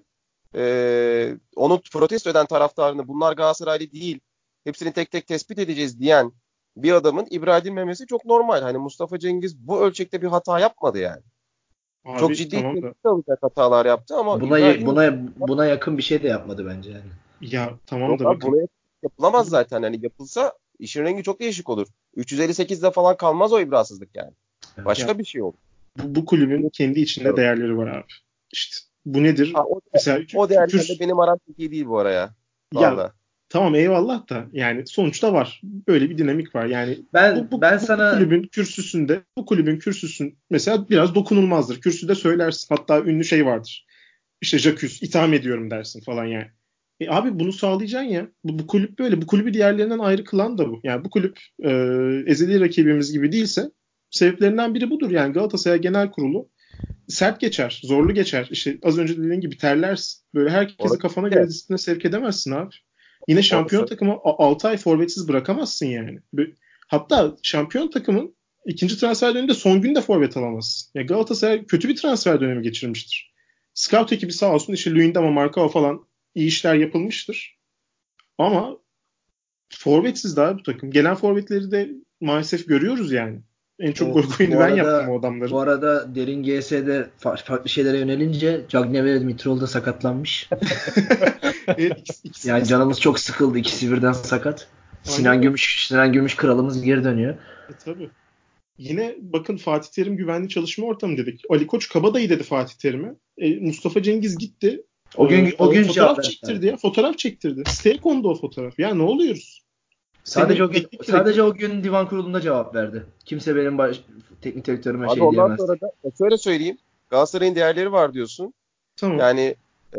onu protesto eden taraftarını bunlar Galatasaraylı değil, hepsini tek tek tespit edeceğiz diyen bir adamın ibra edilmemesi çok normal. Hani Mustafa Cengiz bu ölçekte bir hata yapmadı yani. Çok abi ciddi tamam da, tehdit alacak hatalar yaptı ama Buna ibra edilmedi. buna yakın bir şey de yapmadı bence yani. ya tamam Yok da abi bakın. buna yapılamaz zaten. Hani yapılsa işin rengi çok değişik olur. 358'de falan kalmaz o ibrasızlık yani. Ya Başka bir şey olur. bu kulübün kendi içinde değerleri var abi. İşte bu nedir? Ha, Mesela o değerlerle benim aram çok iyi değil bu araya. ya Valla. tamam eyvallah da, yani sonuçta var. Böyle bir dinamik var. Yani Ben ben bu sana kulübün kürsüsün mesela biraz dokunulmazdır. Kürsüde söylersin. Hatta ünlü şey vardır. İşte Jacques itham ediyorum dersin falan yani. Abi bunu sağlayacaksın ya. Bu kulüp böyle. Bu kulübü diğerlerinden ayrı kılan da bu. Yani bu kulüp ezeli rakibimiz gibi değilse, sebeplerinden biri budur. Yani Galatasaray Genel Kurulu sert geçer, zorlu geçer. İşte az önce dediğin gibi terlersin. Böyle herkesi Orası kafana göre öyle. disipline sevk edemezsin abi. Yine şampiyon Orası takımı 6 ay forvetsiz bırakamazsın yani. Hatta şampiyon takımın ikinci transfer döneminde son günde forvet alamazsın. Ya Galatasaray kötü bir transfer dönemi geçirmiştir. Scout ekibi sağ olsun, işte Luyendama, Markao falan iyi işler yapılmıştır. Ama forvetsiz daha bu takım. Gelen forvetleri de maalesef görüyoruz yani. En çok o gol koyunu bu ben yaptım arada o bu adamların. arada derin GS'de farklı şeylere yönelince Cagney ve Mitrol da sakatlanmış. Evet, ikisi de Yani canımız sakat. çok sıkıldı. İkisi birden sakat. Aynen öyle. Sinan Gümüş kralımız geri dönüyor. Tabii. Yine bakın, Fatih Terim güvenli çalışma ortamı dedik. Ali Koç kabadayı dedi Fatih Terim'e. Mustafa Cengiz gitti. O gün cevap Fotoğraf verdi abi. çektirdi ya. Fotoğraf çektirdi. Siteye kondu o fotoğraf. Ya ne oluyoruz? Senin teknik direktör. Sadece o gün divan kurulunda cevap verdi. Kimse benim teknik direktörüme abi şey ondan diyemez. sonra da şöyle söyleyeyim. Galatasaray'ın değerleri var diyorsun. Tamam. Yani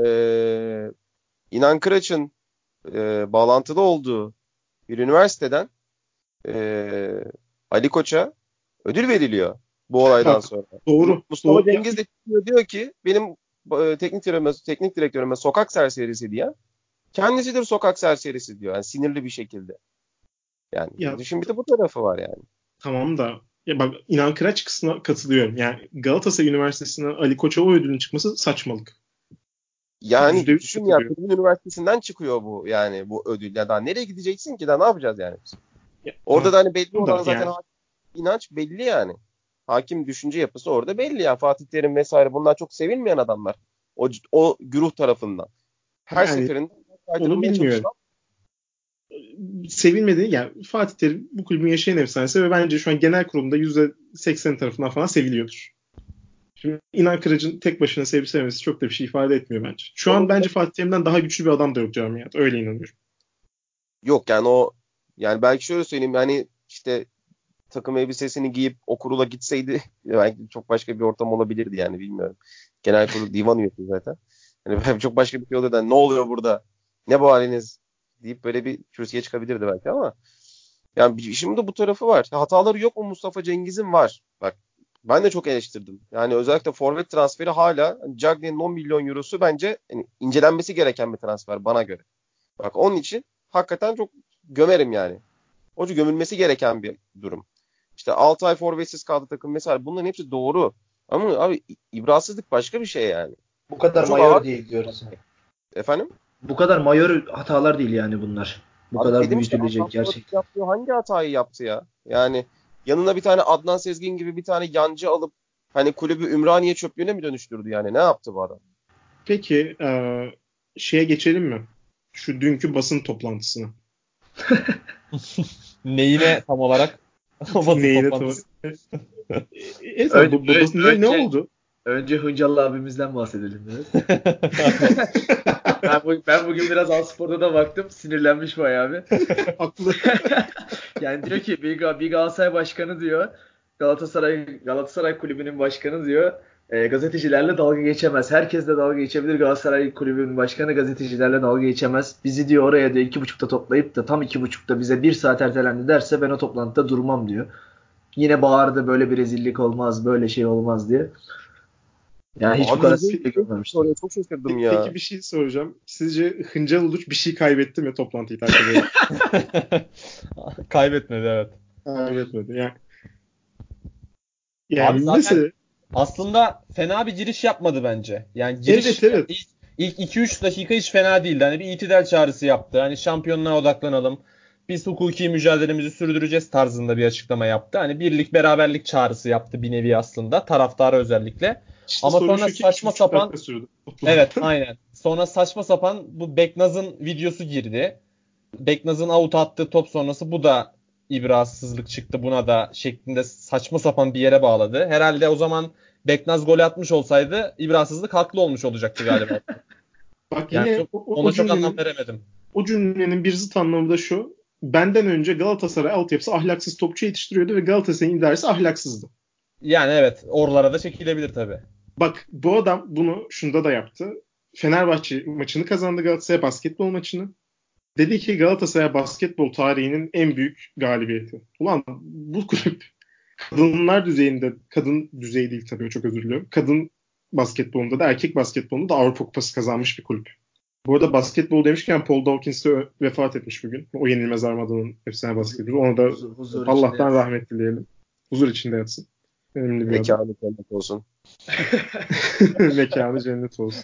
İnan Kıraç'ın bağlantılı olduğu bir üniversiteden e, Ali Koç'a ödül veriliyor bu olaydan Bak, sonra. doğru. Mustafa Doğru. Ya, Cengiz de çıkıyor diyor ki benim teknik direktörüme sokak serserisi diye. Kendisidir sokak serserisi diyor. Yani sinirli bir şekilde. Yani ya düşün bir de bu tarafı var yani. tamam da, ya bak, İnan Kıraç kısmına katılıyorum. Yani Galatasaray Üniversitesi'nden Ali Koç'a o ödülün çıkması saçmalık. Yani %100 düşün ya katılıyorum. Kulübün Üniversitesi'nden çıkıyor bu yani bu ödül. Ya daha nereye gideceksin ki daha ne yapacağız yani biz? Ya, Orada da hani belli tamam da olan zaten yani, inanç belli yani. Hakim düşünce yapısı orada belli ya. Fatih Terim vesaire bunlar çok sevilmeyen adamlar. O güruh tarafından. Her yani seferinde onu kaydırılmaya bilmiyorum. çalışılan. Sevilmediği, yani Fatih Terim bu kulübün yaşayan efsanesi ve bence şu an genel kurulunda %80 tarafından falan seviliyordur. Şimdi İnan Kıraç'ın tek başına sevip sevmesi çok da bir şey ifade etmiyor bence. Şu an bence Fatih Terim'den daha güçlü bir adam da yok camiada. Öyle inanıyorum. Yok yani o yani belki şöyle söyleyeyim yani işte takım elbisesini giyip o kurula gitseydi belki çok başka bir ortam olabilirdi yani bilmiyorum. Genel kurul divan üyesi zaten. Yani çok başka bir şey oluyor da ne oluyor burada? Ne bu haliniz? Deyip böyle bir kürsüye çıkabilirdi belki ama yani şimdi bu tarafı var. Hataları yok mu Mustafa Cengiz'in var. Bak ben de çok eleştirdim. Yani özellikle forvet transferi hala hani Cagney'in 10 milyon eurosu bence yani incelenmesi gereken bir transfer bana göre. Bak onun için hakikaten çok gömerim yani. Hoca gömülmesi gereken bir durum. İşte 6 ay forvetsiz kaldı takım mesela bunların hepsi doğru. Ama abi ibrasızlık başka bir şey yani. Bu kadar Bu çok mayor ağır. değil diyoruz. Efendim? Bu kadar mayor hatalar değil yani bunlar. Bu Abi kadar dedim işte Adnan büyütülecek Polat gerçek. yaptığı hangi hatayı yaptı ya? Yani yanına bir tane Adnan Sezgin gibi bir tane yancı alıp hani kulübü Ümraniye çöplüğüne mi dönüştürdü yani? Ne yaptı bu adam? Peki şeye geçelim mi? Şu dünkü basın toplantısına. Neyine tam olarak? Neyine tam olarak? Ne oldu? Önce Hıncal abimizden bahsedelim biraz. ben bugün biraz Alspor'da da baktım. Sinirlenmiş bayağı bir. Haklı. Yani diyor ki bir Galatasaray başkanı diyor. Galatasaray kulübünün başkanı diyor. Gazetecilerle dalga geçemez. Herkesle dalga geçebilir. Galatasaray kulübünün başkanı gazetecilerle dalga geçemez. Bizi diyor oraya diyor 2.30'da toplayıp da tam 2.30'da bize 1 saat ertelendi derse ben o toplantıda durmam diyor. Yine bağırdı böyle bir rezillik olmaz, böyle şey olmaz diye. Yani hiç bu kadar sinirli görmemiştim. Çok şaşırdım ya. Peki bir şey soracağım. Sizce Hıncal Uluç bir şey kaybetti mi toplantıyı takip ederek? Kaybetmedi, evet. Kaybetmedi. Abi zaten mesela aslında fena bir giriş yapmadı bence. Yani giriş evet. ilk 2-3 dakika hiç fena değildi. Hani bir itidal çağrısı yaptı. Hani şampiyonluğa odaklanalım. Biz hukuki mücadelemizi sürdüreceğiz tarzında bir açıklama yaptı. Hani birlik beraberlik çağrısı yaptı bir nevi aslında. Taraftara özellikle. İşte Ama sonra saçma sapan evet aynen. Sonra saçma sapan bu Beknaz'ın videosu girdi. Beknaz'ın out attığı top sonrası bu da ibrasızlık çıktı buna da şeklinde saçma sapan bir yere bağladı. Herhalde o zaman Beknaz gol atmış olsaydı ibrasızlık haklı olmuş olacaktı galiba. Bak Yani yine ona çok anlam veremedim. O cümlenin bir zıt anlamı da şu. Benden önce Galatasaray altyapısı ahlaksız topçu yetiştiriyordu ve Galatasaray'ın idaresi ahlaksızdı. Yani evet, oralara da çekilebilir tabii. Bak bu adam bunu şunda da yaptı. Fenerbahçe maçını kazandı, Galatasaray basketbol maçını. Dedi ki Galatasaray basketbol tarihinin en büyük galibiyeti. Ulan bu kulüp kadınlar düzeyinde, kadın düzeyi değil tabii, çok özür diliyorum. Kadın basketbolunda da erkek basketbolunda da Avrupa Kupası kazanmış bir kulüp. Bu arada basketbol demişken Paul Dawkins de vefat etmiş bugün. O yenilmez Armada'nın efsane basketbolu. Ona da Allah'tan rahmet dileyelim. Huzur içinde yatsın. Önemli bir Mekanı cennet olsun. Mekanı cennet olsun.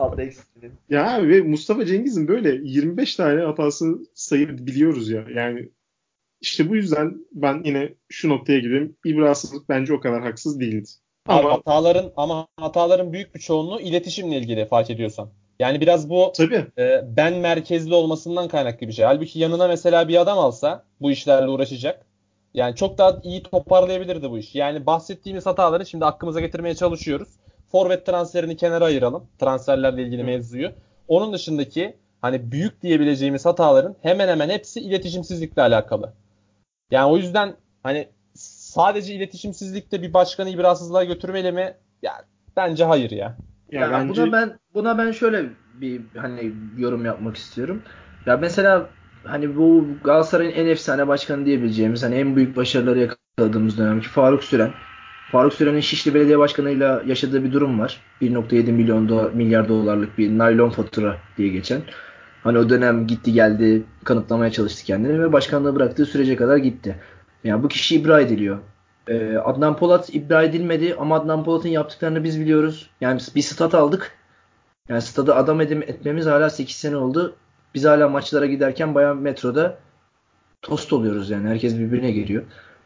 Ya ve Mustafa Cengiz'in böyle 25 tane hatası sayabiliyoruz ya. Yani işte bu yüzden ben yine şu noktaya gideyim. İbrasızlık bence o kadar haksız değildi. Abi hataların büyük bir çoğunluğu iletişimle ilgili fark ediyorsan. Yani biraz bu Tabii. Ben merkezli olmasından kaynaklı bir şey. Halbuki yanına mesela bir adam alsa bu işlerle uğraşacak. Yani çok daha iyi toparlayabilirdi bu iş. Yani bahsettiğimiz hataları şimdi aklımıza getirmeye çalışıyoruz. Forvet transferini kenara ayıralım. Transferlerle ilgili mevzuyu. Onun dışındaki hani büyük diyebileceğimiz hataların hemen hemen hepsi iletişimsizlikle alakalı. Yani o yüzden hani sadece iletişimsizlikte bir başkanı ibrasızlığa götürmeli mi? Ya bence hayır ya. Ya bence... buna ben şöyle bir hani yorum yapmak istiyorum. Ya mesela hani bu Galatasaray'ın en efsane başkanı diyebileceğimiz hani en büyük başarıları yakaladığımız dönemki Faruk Süren. Faruk Süren'in Şişli Belediye Başkanı'yla yaşadığı bir durum var. 1.7 milyar dolarlık bir naylon fatura diye geçen. Hani o dönem gitti geldi kanıtlamaya çalıştı kendini ve başkanlığı bıraktığı sürece kadar gitti. Yani bu kişi ibra ediliyor. Adnan Polat ibra edilmedi ama Adnan Polat'ın yaptıklarını biz biliyoruz. Yani bir stat aldık. Yani stadı adam etmemiz hala 8 sene oldu. Biz hala maçlara giderken bayağı metroda tost oluyoruz yani. Herkes birbirine geliyor.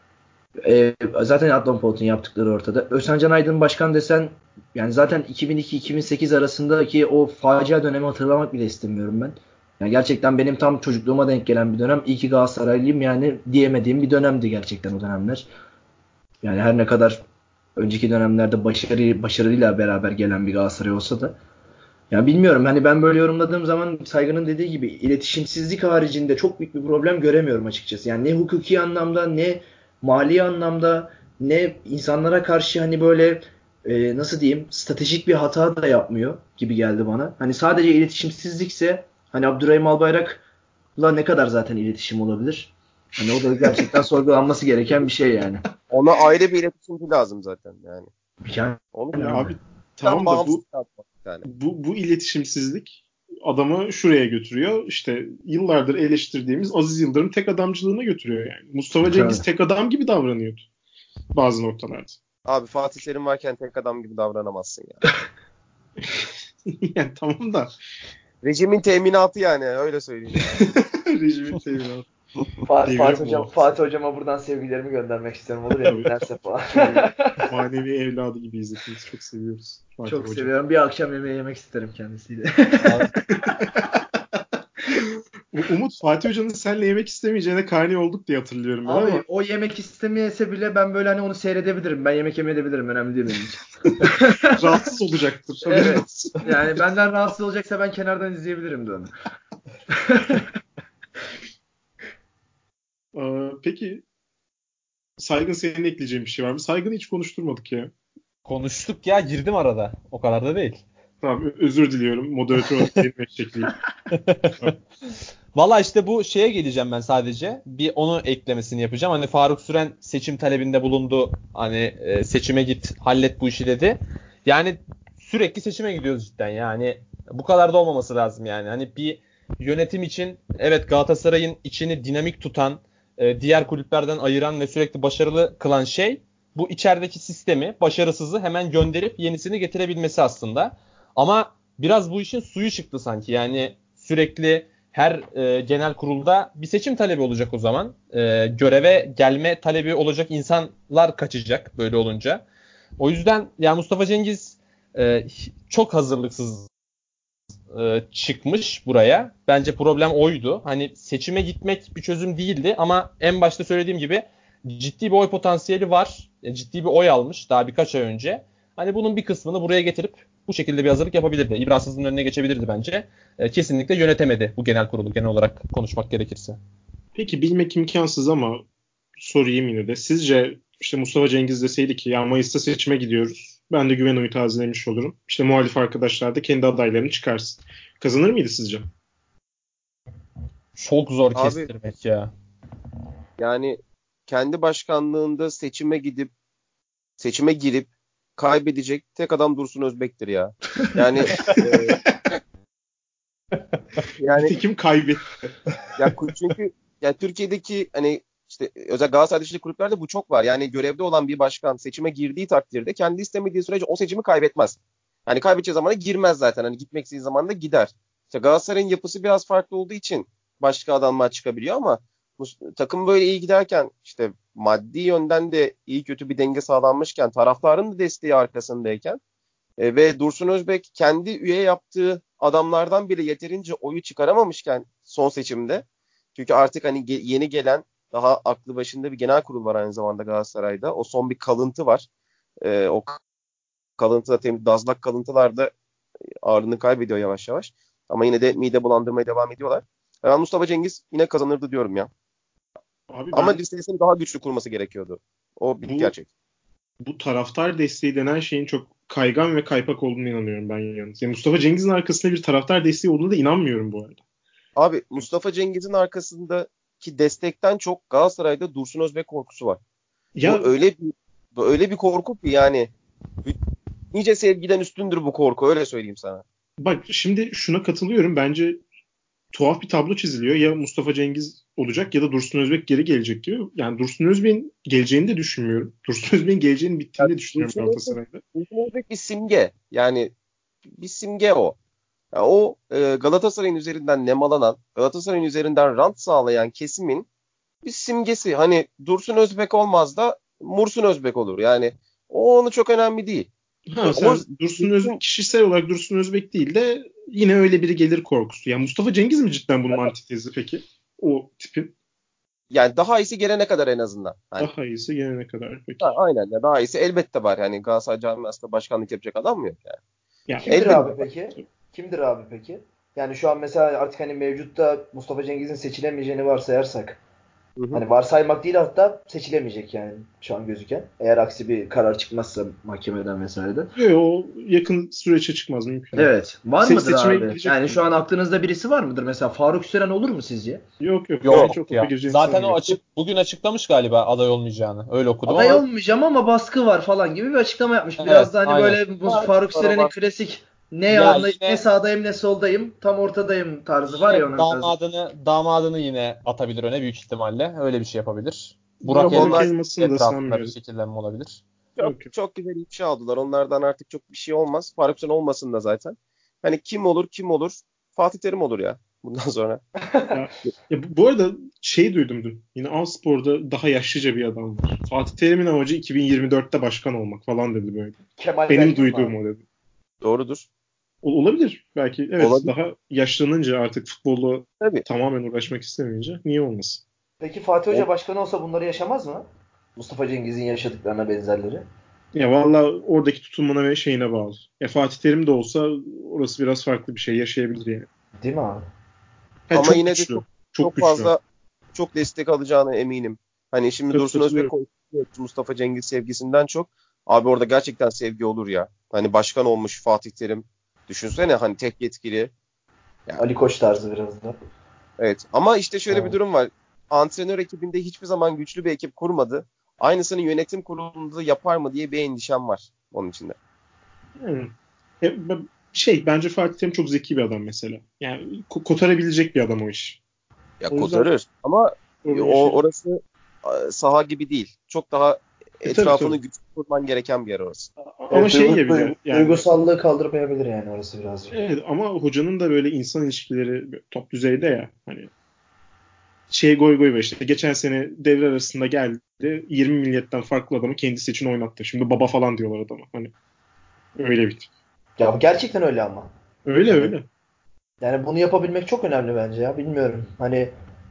Zaten Adnan Polat'ın yaptıkları ortada. Özcan Can Aydın başkan desen yani zaten 2002-2008 arasındaki o facia dönemi hatırlamak bile istemiyorum ben. Yani gerçekten benim tam çocukluğuma denk gelen bir dönem. İyi ki Galatasaraylıyım yani diyemediğim bir dönemdi gerçekten o dönemler. Yani her ne kadar önceki dönemlerde başarıyla beraber gelen bir Galatasaray olsa da ya bilmiyorum hani ben böyle yorumladığım zaman Saygı'nın dediği gibi iletişimsizlik haricinde çok büyük bir problem göremiyorum açıkçası. Yani ne hukuki anlamda ne mali anlamda ne insanlara karşı hani böyle nasıl diyeyim stratejik bir hata da yapmıyor gibi geldi bana. Hani sadece iletişimsizlikse hani Abdurrahim Albayrak'la ne kadar zaten iletişim olabilir? Hani o da gerçekten sorgulanması gereken bir şey yani. Ona ayrı bir iletişimci lazım zaten yani. Yani abi tamam da bu iletişimsizlik adamı şuraya götürüyor. İşte yıllardır eleştirdiğimiz Aziz Yıldırım tek adamcılığına götürüyor yani. Mustafa Cengiz tek adam gibi davranıyordu bazı noktalarda. Abi Fatih Terim varken tek adam gibi davranamazsın ya. Yani tamam da. Rejimin teminatı yani öyle söyleyeyim. Rejimin teminatı. Fatih hocama buradan sevgilerimi göndermek istiyorum. Olur ya dinlerse falan. Manevi evladı gibi izlediğimiz çok seviyoruz. Çok seviyorum. Bir akşam yemeği yemek isterim kendisiyle. Umut, Fatih Hoca'nın seninle yemek istemeyeceğine kani olduk diye hatırlıyorum ben Abi ama. o yemek istemeyese bile ben böyle hani onu seyredebilirim. Ben yemek yemeyebilirim. Önemli değil benim için. Rahatsız olacaktır. Evet. Yani benden rahatsız olacaksa ben kenardan izleyebilirim de onu. Peki Saygın, senin ekleyeceğin bir şey var mı? Saygın'ı hiç konuşturmadık ya. Konuştuk ya, girdim arada. O kadar da değil. Tamam, özür diliyorum. Moderatör olarak benim eşekliğim. Valla işte bu şeye geleceğim ben sadece. Bir onu eklemesini yapacağım. Hani Faruk Süren seçim talebinde bulundu. Hani seçime git, hallet bu işi dedi. Yani sürekli seçime gidiyoruz cidden. Yani bu kadar da olmaması lazım yani. Hani bir yönetim için evet, Galatasaray'ın içini dinamik tutan, diğer kulüplerden ayıran ve sürekli başarılı kılan şey bu içerideki sistemi, başarısızı hemen gönderip yenisini getirebilmesi aslında. Ama biraz bu işin suyu çıktı sanki. Yani sürekli her genel kurulda bir seçim talebi olacak o zaman. Göreve gelme talebi olacak insanlar kaçacak böyle olunca. O yüzden yani Mustafa Cengiz çok hazırlıksız çıkmış buraya. Bence problem oydu. Hani seçime gitmek bir çözüm değildi ama en başta söylediğim gibi ciddi bir oy potansiyeli var. Ciddi bir oy almış daha birkaç ay önce. Hani bunun bir kısmını buraya getirip bu şekilde bir hazırlık yapabilirdi. İbrahim'in önüne geçebilirdi bence. Kesinlikle yönetemedi bu genel kurulu, genel olarak konuşmak gerekirse. Peki bilmek imkansız ama sorayım yine de. Sizce işte Mustafa Cengiz deseydi ki ya Mayıs'ta seçime gidiyoruz. Ben de güven oyu tazelemiş olurum. İşte muhalif arkadaşlar da kendi adaylarını çıkarsın. Kazanır mıydı sizce? Çok zor Abi kestirmek ya. yani kendi başkanlığında seçime girip kaybedecek tek adam Dursun Özbek'tir ya. Yani yani Nitekim kaybetti. çünkü yani Türkiye'deki hani işte özel Galatasaray dışındaki kulüplerde bu çok var. Yani görevde olan bir başkan seçime girdiği takdirde kendi istemediği sürece o seçimi kaybetmez. Yani kaybedeceği zamana girmez zaten. Hani gitmek istediği zaman da gider. İşte Galatasaray'ın yapısı biraz farklı olduğu için başka adamlar çıkabiliyor ama bu takım böyle iyi giderken işte maddi yönden de iyi kötü bir denge sağlanmışken taraftarın da desteği arkasındayken ve Dursun Özbek kendi üye yaptığı adamlardan bile yeterince oyu çıkaramamışken son seçimde. Çünkü artık hani yeni gelen daha aklı başında bir genel kurul var aynı zamanda Galatasaray'da. O son bir kalıntı var. O kalıntı da dazlak kalıntılar da ağırlığını kaybediyor yavaş yavaş. Ama yine de mide bulandırmaya devam ediyorlar. Ben Mustafa Cengiz yine kazanırdı diyorum ya. Abi Ama ben listesini daha güçlü kurması gerekiyordu. O bir bu gerçek. bu taraftar desteği denen şeyin çok kaygan ve kaypak olduğunu inanıyorum ben yalnız. Yani Mustafa Cengiz'in arkasında bir taraftar desteği olduğuna da inanmıyorum bu arada. Abi Mustafa Cengiz'in arkasındaki destekten çok Galatasaray'da Dursun Özbek korkusu var. Ya Bu öyle bir korku ki yani nice sevgiden üstündür bu korku öyle söyleyeyim sana. bak, şimdi şuna katılıyorum. Bence tuhaf bir tablo çiziliyor. Ya Mustafa Cengiz olacak ya da Dursun Özbek geri gelecek diyor. Yani Dursun Özbek'in geleceğini de düşünmüyorum. Dursun Özbek'in geleceğinin bittiğini de düşünüyorum Galatasaray'da. Dursun Özbek bir simge. Yani bir simge o. Yani o Galatasaray'ın üzerinden nemalanan, Galatasaray'ın üzerinden rant sağlayan kesimin bir simgesi. Hani Dursun Özbek olmaz da Mursun Özbek olur. Yani o onu çok önemli değil. Ha, Ama sen kişisel olarak Dursun Özbek değil de yine öyle biri gelir korkusu. Ya Mustafa Cengiz mi cidden bunun antitezi peki? O tipin yani daha iyisi gelene kadar en azından. Hani daha iyisi gelene kadar peki. aynen ya daha iyisi elbette var. Yani Galatasaray camiasında başkanlık yapacak adam mı yok yani? Ya Kimdir Elbette. abi peki? Kimdir abi peki? Yani şu an mesela artık hani mevcutta Mustafa Cengiz'in seçilemeyeceğini varsayarsak. Hı hı. Hani varsaymak değil, hatta seçilemeyecek yani şu an gözüken. Eğer aksi bir karar çıkmazsa mahkemeden vesaireden. yok, o yakın süreçe çıkmaz, mümkün değil. Evet. Var mıdır Seçime abi? gidecek Yani mi? şu an aklınızda birisi var mıdır? Mesela Faruk Süren olur mu sizce? Yok, ben hiç Yok o topa ya. gireceğini Zaten o sanmıyorum. bugün açıklamış galiba aday olmayacağını. Öyle okudum Aday ama olmayacağım ama baskı var falan gibi bir açıklama yapmış. evet, Biraz da hani aynen. böyle bu Var, Faruk var, Süren'in var. klasik ne Ya yanındayım, ne yine sağdayım, ne soldayım, tam ortadayım tarzı var ya yine onun tarzı. damadını yine atabilir öne büyük ihtimalle. Öyle bir şey yapabilir. Burak Yok Burak onlar Elmas Elmas'ını da etrafında bir sanmıyorum. şekillenme olabilir. çok Yok. çok güzel ifşa aldılar. Onlardan artık çok bir şey olmaz. Faruk Can olmasın da zaten. Hani kim olur? Fatih Terim olur ya bundan sonra. Ya, bu arada şey duydum dün. Yine Allspor'da daha yaşlıca bir adam var. Fatih Terim'in amacı 2024'te başkan olmak falan dedi böyle. Kemal Benim Belgin mi duyduğum abi? o dedi. Doğrudur. Olabilir. Belki evet, Olabilir. daha yaşlanınca artık futbolla Tabii. tamamen uğraşmak istemeyince niye olmasın? Peki Fatih Hoca başkan olsa bunları yaşamaz mı? Mustafa Cengiz'in yaşadıklarına benzerleri. Ya valla oradaki tutumuna ve şeyine bağlı. Ya Fatih Terim de olsa orası biraz farklı bir şey yaşayabilir yani. Değil mi abi? Ha, Ama çok yine de güçlü. çok Çok güçlü. fazla çok destek alacağına eminim. Hani şimdi Dursun Özbek Katılıyorum. Mustafa Cengiz sevgisinden çok abi orada gerçekten sevgi olur ya. Hani başkan olmuş Fatih Terim. Düşünsene hani tek yetkili. Yani, Ali Koç tarzı biraz da. evet ama işte şöyle bir Evet. durum var. Antrenör ekibinde hiçbir zaman güçlü bir ekip kurmadı. Aynısını yönetim kurulunda yapar mı diye bir endişem var onun içinde. Yani, bence Fatih Terim çok zeki bir adam mesela. Yani kotarabilecek bir adam o iş. Ya O yüzden kotarır ama sorun yaşayacak. orası saha gibi değil. Çok daha Tabii etrafını tabii. güçlü kurman gereken bir yer orası. Ama şey ya bir de yani Duygusallığı kaldırmayabilir yani orası birazcık. evet, ama hocanın da böyle insan ilişkileri top düzeyde ya, hani goy goy var işte. Geçen sene devre arasında geldi. 20 milletten farklı adamı kendisi için oynattı. Şimdi baba falan diyorlar adama. Hani öyle bir tip. Ya bu gerçekten öyle ama. Öyle Hani, öyle. yani bunu yapabilmek çok önemli bence ya. Bilmiyorum. Hani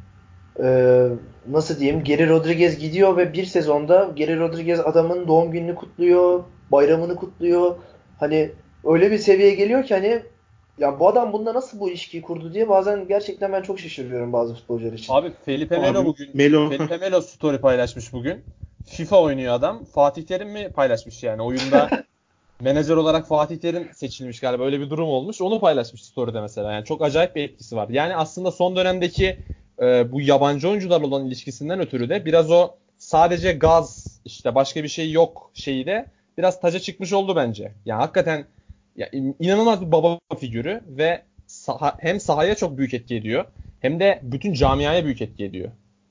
e, nasıl diyeyim? Geri Rodriguez gidiyor ve bir sezonda Geri Rodriguez adamın doğum gününü kutluyor, bayramını kutluyor. Hani öyle bir seviyeye geliyor ki hani ya bu adam bununla nasıl bu ilişkiyi kurdu diye bazen gerçekten ben çok şaşırıyorum bazı futbolcular için. Abi Felipe Melo Abi bugün Melo Felipe Melo story paylaşmış bugün. FIFA oynuyor adam. Fatih Terim mi paylaşmış yani oyunda menajer olarak Fatih Terim seçilmiş galiba, öyle bir durum olmuş. Onu paylaşmış story'de mesela. Yani çok acayip bir etkisi var. Yani aslında son dönemdeki bu yabancı oyuncularla olan ilişkisinden ötürü de biraz o sadece gaz işte başka bir şey yok şeyi de biraz taca çıkmış oldu bence. Yani hakikaten ya, inanılmaz bir baba figürü ve hem sahaya çok büyük etki ediyor hem de bütün camiaya büyük etki ediyor.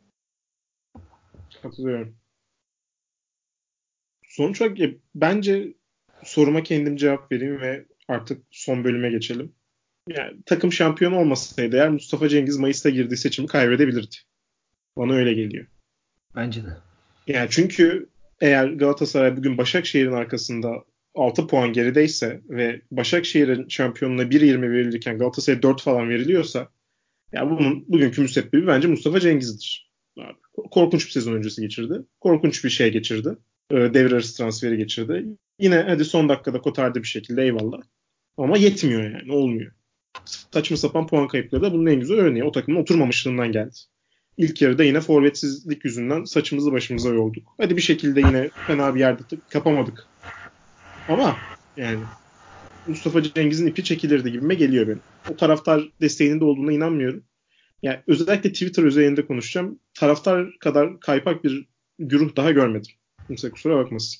katılıyorum. Sonuç olarak bence soruma kendim cevap vereyim ve artık son bölüme geçelim. Yani takım şampiyon olmasaydı eğer Mustafa Cengiz Mayıs'ta girdiği seçimi kaybedebilirdi. Bana öyle geliyor. Bence de. Yani çünkü eğer Galatasaray bugün Başakşehir'in arkasında 6 puan gerideyse ve Başakşehir'in şampiyonluğuna 1.20 verilirken Galatasaray'a 4 falan veriliyorsa ya bunun bugünkü müsebbibi bence Mustafa Cengiz'dir. Abi, korkunç bir sezon öncesi geçirdi. Korkunç bir şey geçirdi. Devre arası transferi geçirdi. Yine hadi son dakikada kotardı bir şekilde, eyvallah. Ama yetmiyor yani, olmuyor. Saçma sapan puan kayıpları da bunun en güzel örneği. O takımın oturmamışlığından geldi. İlk yarıda yine forvetsizlik yüzünden saçımızı başımıza yolduk. Hadi bir şekilde yine fena bir yerde kapamadık. Ama yani Mustafa Cengiz'in ipi çekilirdi gibime geliyor benim. O taraftar desteğinin de olduğuna inanmıyorum. Yani özellikle Twitter üzerinde konuşacağım. Taraftar kadar kaypak bir güruh daha görmedim. Kimse kusura bakmasın.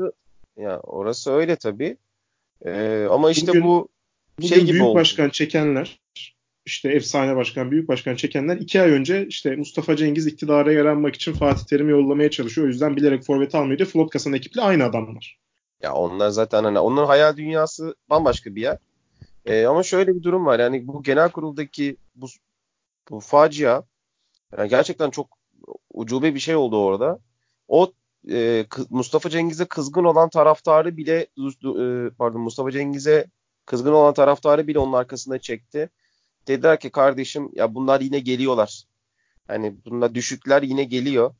Orası öyle tabii. Ama işte Bugün bu şey bugün gibi büyük oldu. başkan çekenler, işte efsane başkan, büyük başkan çekenler 2 ay önce işte Mustafa Cengiz iktidara yaranmak için Fatih Terim'i yollamaya çalışıyor. O yüzden bilerek forvet almıyor diye flot kasan ekiple aynı adamlar. Ya onlar zaten hani onların hayal dünyası bambaşka bir yer. Ama şöyle bir durum var. Yani bu genel kuruldaki bu facia yani gerçekten çok ucube bir şey oldu orada. O Mustafa Cengiz'e kızgın olan taraftarı bile Mustafa Cengiz'e kızgın olan taraftarı bile onun arkasına çekti. Dediler ki kardeşim ya bunlar yine geliyorlar. Hani bunlar düşükler yine geliyor.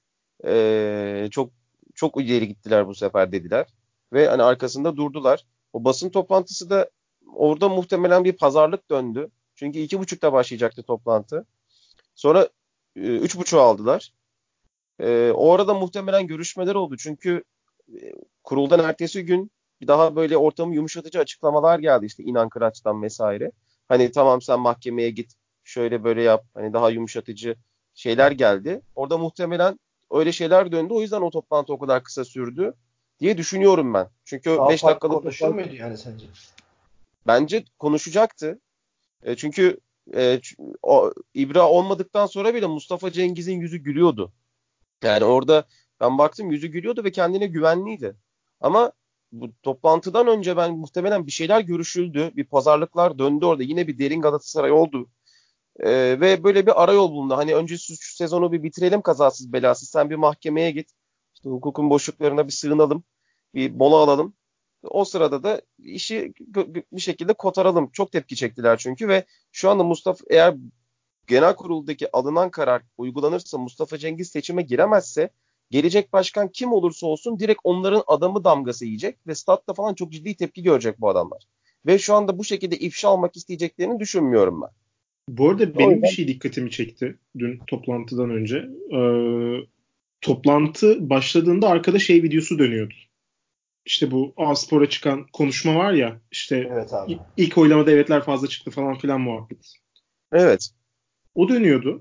Çok çok ileri gittiler bu sefer dediler. Ve hani arkasında durdular. O basın toplantısı da orada muhtemelen bir pazarlık döndü. Çünkü 2.30'da başlayacaktı toplantı. Sonra 3.30'a aldılar. O arada muhtemelen görüşmeler oldu. Çünkü kuruldan ertesi gün bir daha böyle ortamı yumuşatıcı açıklamalar geldi işte İnan Kıraç'tan vesaire. Hani tamam sen mahkemeye git şöyle böyle yap hani daha yumuşatıcı şeyler geldi. Orada muhtemelen öyle şeyler döndü. O yüzden o toplantı o kadar kısa sürdü diye düşünüyorum ben. Çünkü Daha 5 farklı dakikalık konuşur toplantı muydu yani sence? bence konuşacaktı. Çünkü o İbra olmadıktan sonra bile Mustafa Cengiz'in yüzü gülüyordu. Yani orada ben baktım yüzü gülüyordu ve kendine güvenliydi. Ama bu toplantıdan önce ben muhtemelen bir şeyler görüşüldü. Bir pazarlıklar döndü orada. Yine bir derin Galatasaray oldu. Ve böyle bir arayol bulundu. Hani önce şu sezonu bir bitirelim kazasız belasız. Sen bir mahkemeye git. İşte hukukun boşluklarına bir sığınalım. Bir mola alalım. O sırada da işi bir şekilde kotaralım. Çok tepki çektiler çünkü ve şu anda Mustafa, eğer genel kuruldaki alınan karar uygulanırsa, Mustafa Cengiz seçime giremezse, gelecek başkan kim olursa olsun direkt onların adamı damgası yiyecek ve statta falan çok ciddi tepki görecek bu adamlar. Ve şu anda bu şekilde ifşa almak isteyeceklerini düşünmüyorum ben. Bu arada O benim bir yüzden şey dikkatimi çekti dün toplantıdan önce. Toplantı başladığında arkada şey videosu dönüyordu. İşte bu A-Spor'a çıkan konuşma var ya, işte Evet abi. ilk oylamada evetler fazla çıktı falan filan muhabbet. evet. O dönüyordu.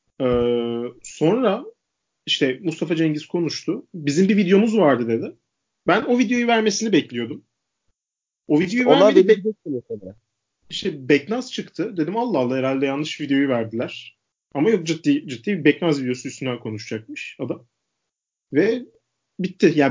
Sonra işte Mustafa Cengiz konuştu. Bizim bir videomuz vardı dedi. Ben o videoyu vermesini bekliyordum. O İşte videoyu onlar vermedi. verecekti mesela. İşte Beknaz çıktı. Dedim Allah Allah, herhalde yanlış videoyu verdiler. Ama yok, ciddi ciddi bir Beknaz videosu üstünden konuşacakmış adam. Ve bitti. Yani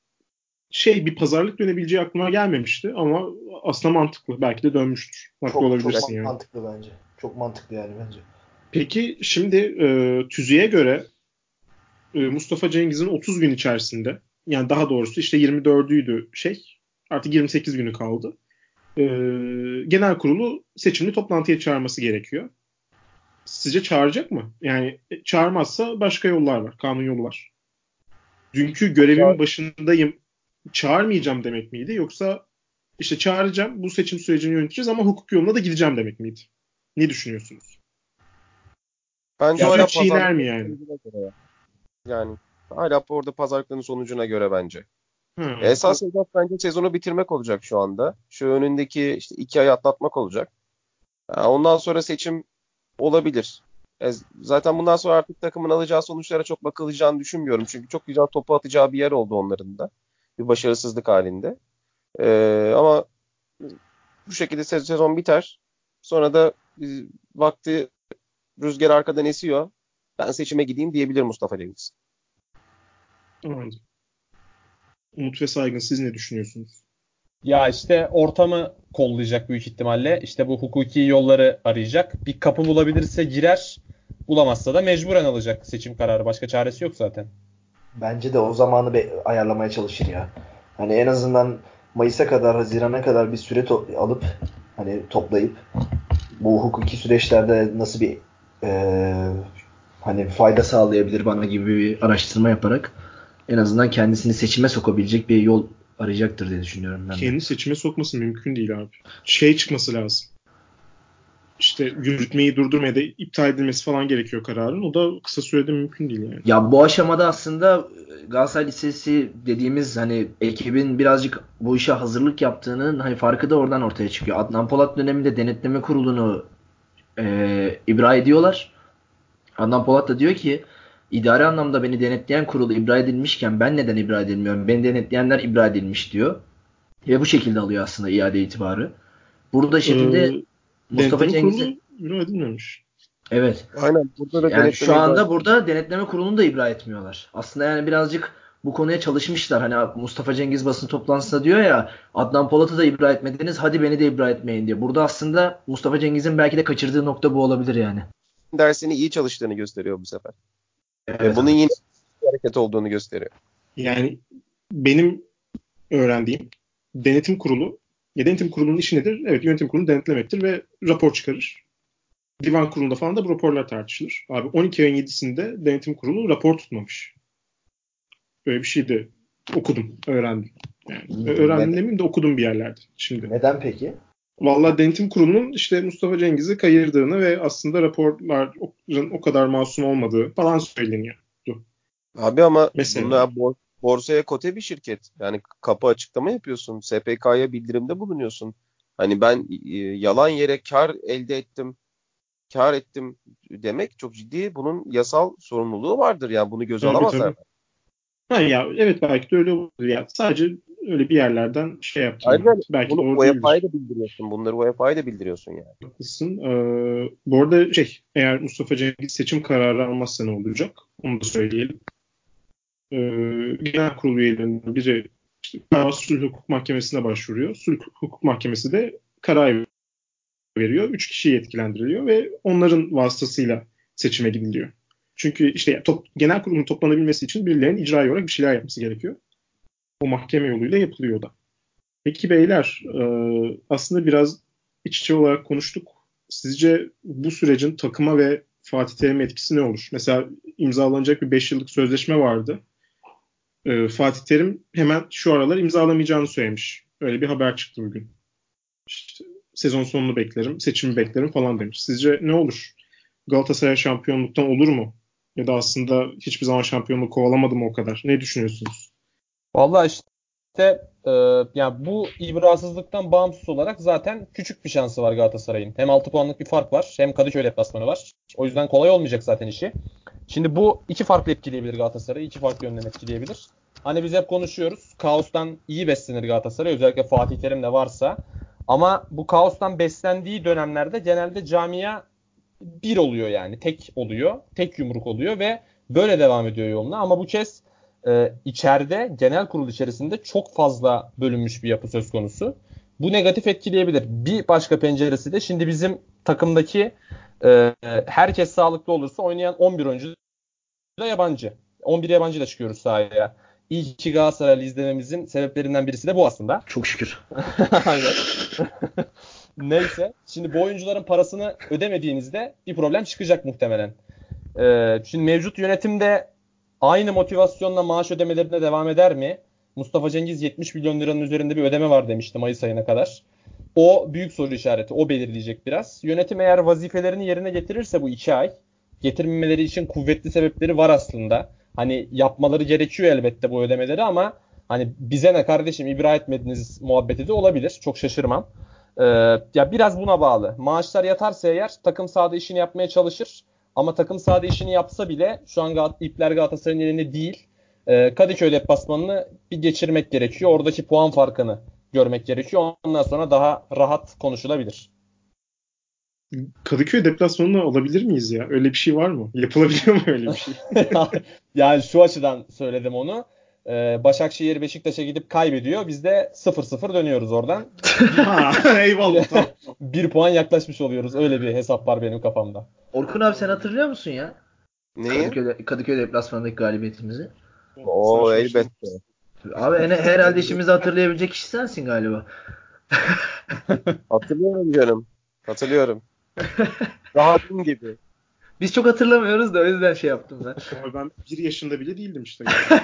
bir pazarlık dönebileceği aklıma gelmemişti ama aslında mantıklı. Belki de dönmüştür. Haklı Çok olabilirsin yani. mantıklı bence. Çok mantıklı yani bence. Peki şimdi tüzüğe göre Mustafa Cengiz'in 30 gün içerisinde, yani daha doğrusu işte 24'üydü artık 28 günü kaldı. Genel kurulu seçimli toplantıya çağırması gerekiyor. Sizce çağıracak mı? Yani çağırmazsa başka yollar var. Kanun yolu var. Dünkü görevimin başındayım, çağırmayacağım demek miydi? Yoksa işte çağıracağım, bu seçim sürecini yöneteceğiz ama hukuk yoluna da gideceğim demek miydi? Ne düşünüyorsunuz? Bence Tüzüğü hala çiğner mi pazarlıkların yani? sonucuna göre ya. Yani hala orada pazarlıkların sonucuna göre bence. Ha, Esas hedef bence sezonu bitirmek olacak şu anda. Şu önündeki işte 2 ay atlatmak olacak. Ondan sonra seçim olabilir. Zaten bundan sonra artık takımın alacağı sonuçlara çok bakılacağını düşünmüyorum. Çünkü çok güzel topu atacağı bir yer oldu onların da. Bir başarısızlık halinde. Ama bu şekilde sezon biter. Sonra da vakti, rüzgar arkadan esiyor. Ben seçime gideyim diyebilir Mustafa Cengiz. anladım. Umut ve Saygın, siz ne düşünüyorsunuz? Ya işte ortamı kollayacak büyük ihtimalle. İşte bu hukuki yolları arayacak. Bir kapı bulabilirse girer. Bulamazsa da mecburen alacak seçim kararı. Başka çaresi yok zaten. Bence de o zamanı ayarlamaya çalışır ya. Hani en azından Mayıs'a kadar, Haziran'a kadar bir süre alıp hani toplayıp bu hukuki süreçlerde nasıl bir hani Fayda sağlayabilir bana gibi bir araştırma yaparak en azından kendisini seçime sokabilecek bir yol arayacaktır diye düşünüyorum ben de. Kendi seçime sokması mümkün değil abi. Çıkması lazım. İşte yürütmeyi durdurmaya da iptal edilmesi falan gerekiyor kararın. O da kısa sürede mümkün değil yani. Ya bu aşamada aslında Galatasaray Lisesi dediğimiz hani ekibin birazcık bu işe hazırlık yaptığının hani farkı da oradan ortaya çıkıyor. Adnan Polat döneminde denetleme kurulunu ibra ediyorlar. Adnan Polat da diyor ki idari anlamda beni denetleyen kurul ibra edilmişken ben neden ibra edilmiyorum? Beni denetleyenler ibra edilmiş diyor. Ve bu şekilde alıyor aslında iade itibarı. Burada şimdi Mustafa Denetleme Cengiz'in kurulu icra edilmemiş. evet. Aynen. Burada da Yani şu denetleme ibra. anda burada denetleme kurulunu da ibra etmiyorlar. Aslında yani birazcık bu konuya çalışmışlar. Hani Mustafa Cengiz basın toplantısında diyor ya Adnan Polat'ı da ibra etmediniz hadi beni de ibra etmeyin diye. Burada aslında Mustafa Cengiz'in belki de kaçırdığı nokta bu olabilir yani. Dersini iyi çalıştığını gösteriyor bu sefer. Ve Evet bunun abi. yine bir hareket olduğunu gösteriyor. Yani benim öğrendiğim denetim kurulunun işi nedir? Evet, yönetim kurulunu denetlemektir ve rapor çıkarır. Divan kurulunda falan da bu raporlar tartışılır. Abi 12 ayın 7'sinde denetim kurulu rapor tutmamış. Böyle bir şey de okudum, öğrendim. Yani öğrendim Neden? demeyeyim de okudum bir yerlerde şimdi. neden peki? Vallahi denetim kurulunun işte Mustafa Cengiz'i kayırdığını ve aslında raporların o kadar masum olmadığı falan söyleniyor. Abi ama Mesela. bunlar borsaya kote bir şirket. Yani kapı açıklama yapıyorsun. SPK'ya bildirimde bulunuyorsun. Hani ben yalan yere kar ettim demek çok ciddi. Bunun yasal sorumluluğu vardır. Yani bunu göze Tabii alamazlar. tabii. Ha ya, evet, belki de öyle olur ya. Sadece öyle bir yerlerden yaptılar. Ayrıca Belki bunu doğru UEFA'ya değildir. da bildiriyorsun. Bunları UEFA'ya da bildiriyorsun yani. Haklısın. Bu arada eğer Mustafa Cengiz seçim kararı almazsa ne olacak? Onu da söyleyelim. Genel kurul üyelerinin biri Sulh Hukuk Mahkemesi'ne başvuruyor. Sulh Hukuk Mahkemesi de karar veriyor. 3 kişi yetkilendiriliyor ve onların vasıtasıyla seçime gidiliyor. Çünkü işte genel kurulun toplanabilmesi için birilerinin icra olarak bir şeyler yapması gerekiyor. O mahkeme yoluyla yapılıyor da. Peki beyler, aslında biraz iç içe olarak konuştuk. Sizce bu sürecin takıma ve Fatih Terim'e etkisi ne olur? Mesela imzalanacak bir 5 yıllık sözleşme vardı. Fatih Terim hemen şu aralar imzalamayacağını söylemiş. Öyle bir haber çıktı bugün. İşte sezon sonunu beklerim, seçimi beklerim falan demiş. Sizce ne olur? Galatasaray şampiyonluktan olur mu? Ya da aslında hiçbir zaman şampiyonluk kovalamadı mı o kadar? Ne düşünüyorsunuz? Vallahi işte yani bu ibrasızlıktan bağımsız olarak zaten küçük bir şansı var Galatasaray'ın. Hem 6 puanlık bir fark var, hem Kadıköy deplasmanı var. O yüzden kolay olmayacak zaten işi. Şimdi bu iki farklı etkileyebilir Galatasaray'ı. İki farklı yönden etkileyebilir. Hani biz hep konuşuyoruz. Kaostan iyi beslenir Galatasaray. Özellikle Fatih Terim de varsa. Ama bu kaostan beslendiği dönemlerde genelde camia bir oluyor yani. Tek oluyor. Tek yumruk oluyor ve böyle devam ediyor yoluna. Ama bu kez içeride, genel kurul içerisinde çok fazla bölünmüş bir yapı söz konusu. Bu negatif etkileyebilir. Bir başka penceresi de şimdi bizim takımdaki herkes sağlıklı olursa oynayan 11 oyuncu da yabancı. 11 yabancı da çıkıyoruz sahaya. İyi ki Galatasaray'ı izlememizin sebeplerinden birisi de bu aslında. Çok şükür. Aynen. Neyse. Şimdi bu oyuncuların parasını ödemediğinizde bir problem çıkacak muhtemelen. Şimdi mevcut yönetimde aynı motivasyonla maaş ödemelerine devam eder mi? Mustafa Cengiz 70 milyon liranın üzerinde bir ödeme var demişti Mayıs ayına kadar. O büyük soru işareti. O belirleyecek biraz. Yönetim eğer vazifelerini yerine getirirse bu 2 ay, getirmemeleri için kuvvetli sebepleri var aslında. Hani yapmaları gerekiyor elbette bu ödemeleri ama hani bize ne kardeşim ibra etmediniz muhabbeti de olabilir. Çok şaşırmam. Ya biraz buna bağlı. Maaşlar yatarsa eğer takım sahada işini yapmaya çalışır. Ama takım sahada işini yapsa bile şu an ipler Galatasaray'ın elinde değil. Kadıköy deplasmanını bir geçirmek gerekiyor. Oradaki puan farkını görmek gerekiyor. Ondan sonra daha rahat konuşulabilir. Kadıköy deplasmanını alabilir miyiz ya? Öyle bir şey var mı? Yapılabiliyor mu öyle bir şey? Yani şu açıdan söyledim onu. Başakşehir Beşiktaş'a gidip kaybediyor. Biz de 0-0 dönüyoruz oradan. Ha, eyvallah. Tamam. 1 puan yaklaşmış oluyoruz. Öyle bir hesap var benim kafamda. Orkun abi sen hatırlıyor musun ya? Neyi? Kadıköy deplasmanındaki galibiyetimizi. Oo elbette. Abi herhalde işimizi hatırlayabilecek kişi sensin galiba. Hatırlıyorum canım. Hatırlıyorum. Daha dün gibi. Biz çok hatırlamıyoruz da o yüzden şey yaptım ben. Ama ben 1 yaşında bile değildim işte.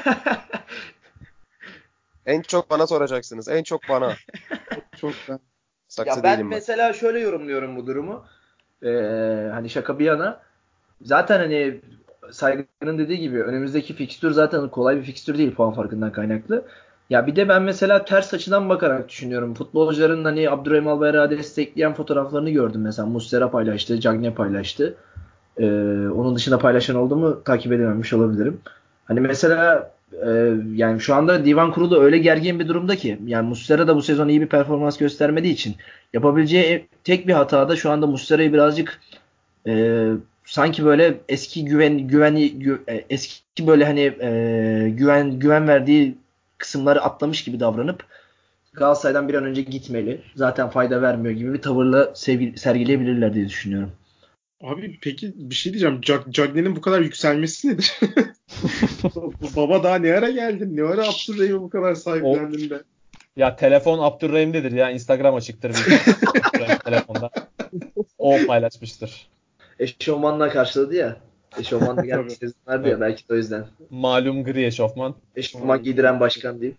En çok bana soracaksınız. En çok bana. Çok ben. Saksı Ya ben değilim ben. mesela şöyle yorumluyorum bu durumu. Hani şaka bir yana. Zaten hani Saygı'nın dediği gibi önümüzdeki fikstür zaten kolay bir fikstür değil puan farkından kaynaklı. Ya bir de ben mesela ters açıdan bakarak düşünüyorum. Futbolcuların hani Abdurrahim Albayrak'ı destekleyen fotoğraflarını gördüm mesela. Muslera paylaştı, Cagne paylaştı. Onun dışında paylaşan oldu mu takip edememiş olabilirim. Hani mesela yani şu anda divan kurulu öyle gergin bir durumda ki yani Muslera da bu sezon iyi bir performans göstermediği için yapabileceği tek bir hata da şu anda Muslera'yı birazcık sanki böyle eski eski böyle hani güven verdiği kısımları atlamış gibi davranıp Galatasaray'dan bir an önce gitmeli. Zaten fayda vermiyor gibi bir tavırla sergileyebilirler diye düşünüyorum. Abi peki bir şey diyeceğim. Cagney'in bu kadar yükselmesi nedir? Baba daha ne ara geldin? Ne ara Abdurrahim'e bu kadar sahiplendin de? Ya telefon Abdurrahim'dedir ya. Instagram açıktır bir telefonda. O paylaşmıştır. Eşofmanla karşıladı ya. Eşofmanla Tabii. gelmiş verdi ya Evet. belki de o yüzden. Malum gri eşofman. Eşofman giydiren başkan değil.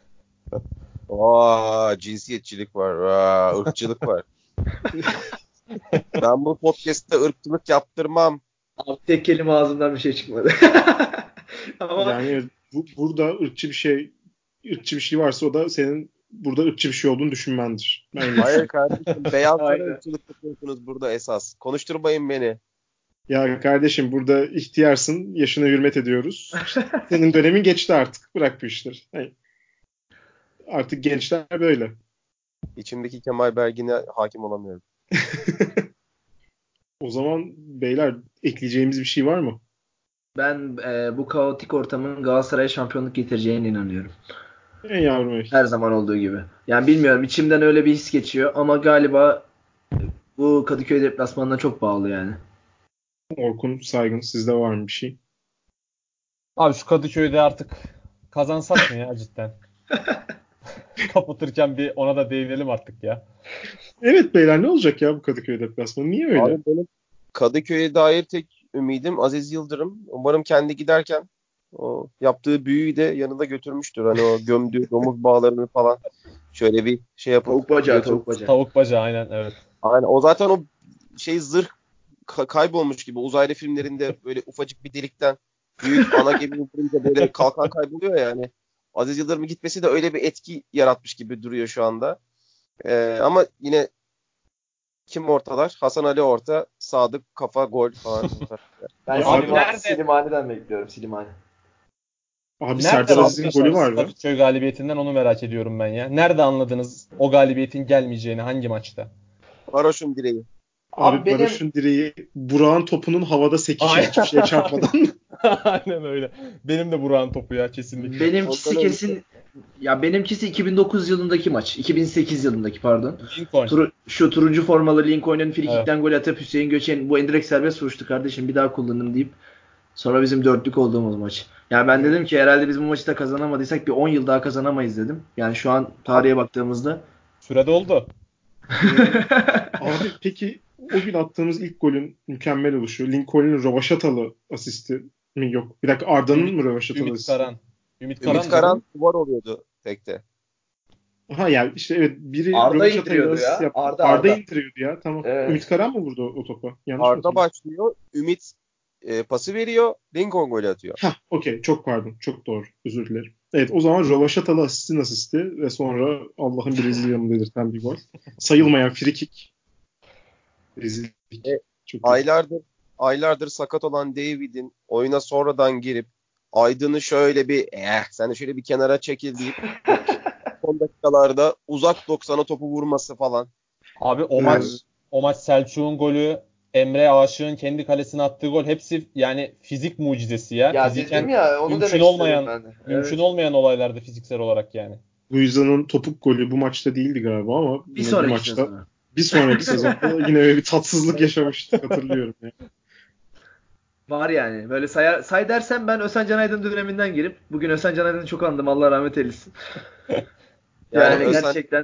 Aa, cinsiyetçilik var. Aa, ırkçılık var. Ben bu podcast'te ırkçılık yaptırmam. Abi tek kelime ağzımdan bir şey çıkmadı. Ama Yani burada ırkçı bir şey varsa o da senin burada ırkçı bir şey olduğunu düşünmendir. Ben öyle Hayır düşünüyorum. kardeşim, beyazlara aynen. ırkçılık yapıyorsunuz burada esas. Konuşturmayın beni. Ya kardeşim burada ihtiyarsın, yaşına hürmet ediyoruz. Senin dönemin geçti artık. Bırak bu işleri. Hey, artık gençler böyle. İçimdeki Kemal Belgin'e hakim olamıyorum. O zaman beyler ekleyeceğimiz bir şey var mı? Ben bu kaotik ortamın Galatasaray'a şampiyonluk getireceğine inanıyorum. En yavrum ey. Her zaman olduğu gibi. Yani bilmiyorum içimden öyle bir his geçiyor ama galiba bu Kadıköy deplasmanına çok bağlı yani. Orkun Saygın sizde var mı bir şey? Abi şu Kadıköy'de artık kazansak mı ya cidden? kapatırken bir ona da değinelim artık ya. Evet beyler, ne olacak ya bu Kadıköy deplasmanı? Niye öyle? Abi benim Kadıköy'e dair tek ümidim Aziz Yıldırım. Umarım kendi giderken o yaptığı büyüyü de yanında götürmüştür. Hani o gömdüğü domuz bağlarını falan şöyle bir şey yapıp Tavuk bacağı, götür. tavuk bacağı. Tavuk bacağı aynen, evet. Aynen. O zaten o şey zırh kaybolmuş gibi. Uzaylı filmlerinde böyle ufacık bir delikten büyük ana gemi vurunca böyle kalkan kayboluyor ya yani. Aziz Yıldırım'ın gitmesi de öyle bir etki yaratmış gibi duruyor şu anda. Ama yine kim ortalar? Hasan Ali orta, Sadık kafa gol falan. Ben Ya abi nerede? Silimani'den bekliyorum. Silimani. Abi Nereden Serdar Aziz'in golü anlıyorsunuz vardı. Kadıköy galibiyetinden, onu merak ediyorum ben ya. Nerede anladınız o galibiyetin gelmeyeceğini, hangi maçta? Varoş'un direği. Abi Abi benim Barış'ın direği Burak'ın topunun havada sekişi Aynen. hiçbir şeye çarpmadan. Aynen öyle. Benim de Burak'ın topu ya, kesinlikle. Benimkisi Ondan önce- kesin, ya benimkisi 2009 yılındaki maç. 2008 yılındaki pardon. Lincoln. Şu turuncu formalı Lincoln'un frikikten Evet. gol atıp Hüseyin Göçen bu endirekt serbest vuruştu kardeşim, bir daha kullanın deyip sonra bizim dörtlük olduğumuz maç. Yani ben dedim ki herhalde biz bu maçı da kazanamadıysak bir 10 yıl daha kazanamayız dedim. Yani şu an tarihe baktığımızda. Sürede oldu. Abi peki o gün attığımız ilk golün mükemmel oluşu, Lincoln'un rövaşatalı asisti mi, yok? Bir dakika, Arda'nın mı rövaşatalı Ümit asisti? Karan. Ümit Ümit Karan Karan duvar oluyordu tekte. Ha yani işte evet, biri Arda rövaşatayla indiriyordu asist ya. yaptı. Arda. Arda indiriyordu ya, tamam. Evet. Ümit Karan mı vurdu o topa? Yanlış mı Arda hatırlıyorum? başlıyor. Ümit pası veriyor. Lincoln golü atıyor. Ha, okey, çok pardon, çok doğru, özür dilerim. Evet, o zaman rövaşatalı asistin asisti ve sonra Allah'ın Brezilya'mı dedirten bir gol. Sayılmayan frikik. Rezillik. E, Çok kötü. aylardır sakat olan David'in oyuna sonradan girip Aydın'ı şöyle bir sen de şöyle bir kenara çekil deyip son dakikalarda uzak 90'a topu vurması falan. Abi o Evet. maç Selçuk'un golü, Emre Aşık'ın kendi kalesine attığı gol, hepsi yani fizik mucizesi ya. Ya Fiziken dedim ya, onu mümkün demek istedim olmayan ben de. mümkün Evet. olmayan olaylardı fiziksel olarak yani. Luiza'nın topuk golü bu maçta değildi galiba ama Bir yine bir sonraki maçta, sezona. bir sonraki sezonda yine öyle bir tatsızlık yaşamıştık, hatırlıyorum ya. Var yani. Böyle say dersem ben Özcan Can Aydın döneminden girip bugün Özcan Can Aydın'ı çok andım. Allah rahmet eylesin. Yani Özcan gerçekten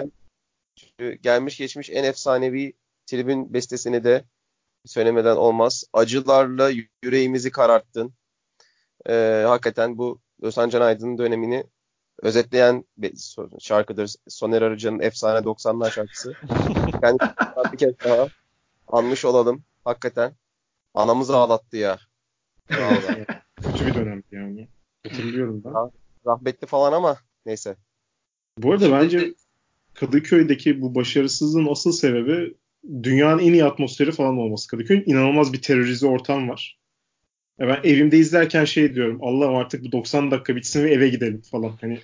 gelmiş geçmiş en efsanevi tribün bestesini de söylemeden olmaz. Acılarla yüreğimizi kararttın. Hakikaten bu Özcan Can Aydın'ın dönemini özetleyen bir şarkıdır. Soner Arıcan'ın Efsane 90'lar şarkısı. Yani bir kez daha anmış olalım. Hakikaten anamızı ağlattı ya. Evet, Vallahi. evet. Kötü bir dönemdi yani. Hatırlıyorum ben. Rahmetli falan ama neyse. Bu arada Şimdi bence Kadıköy'deki bu başarısızlığın asıl sebebi dünyanın en iyi atmosferi falan olması. Kadıköy'ün inanılmaz bir terörize ortam var. Ya ben evimde izlerken şey diyorum. Allah'ım artık bu 90 dakika bitsin ve eve gidelim falan. Hani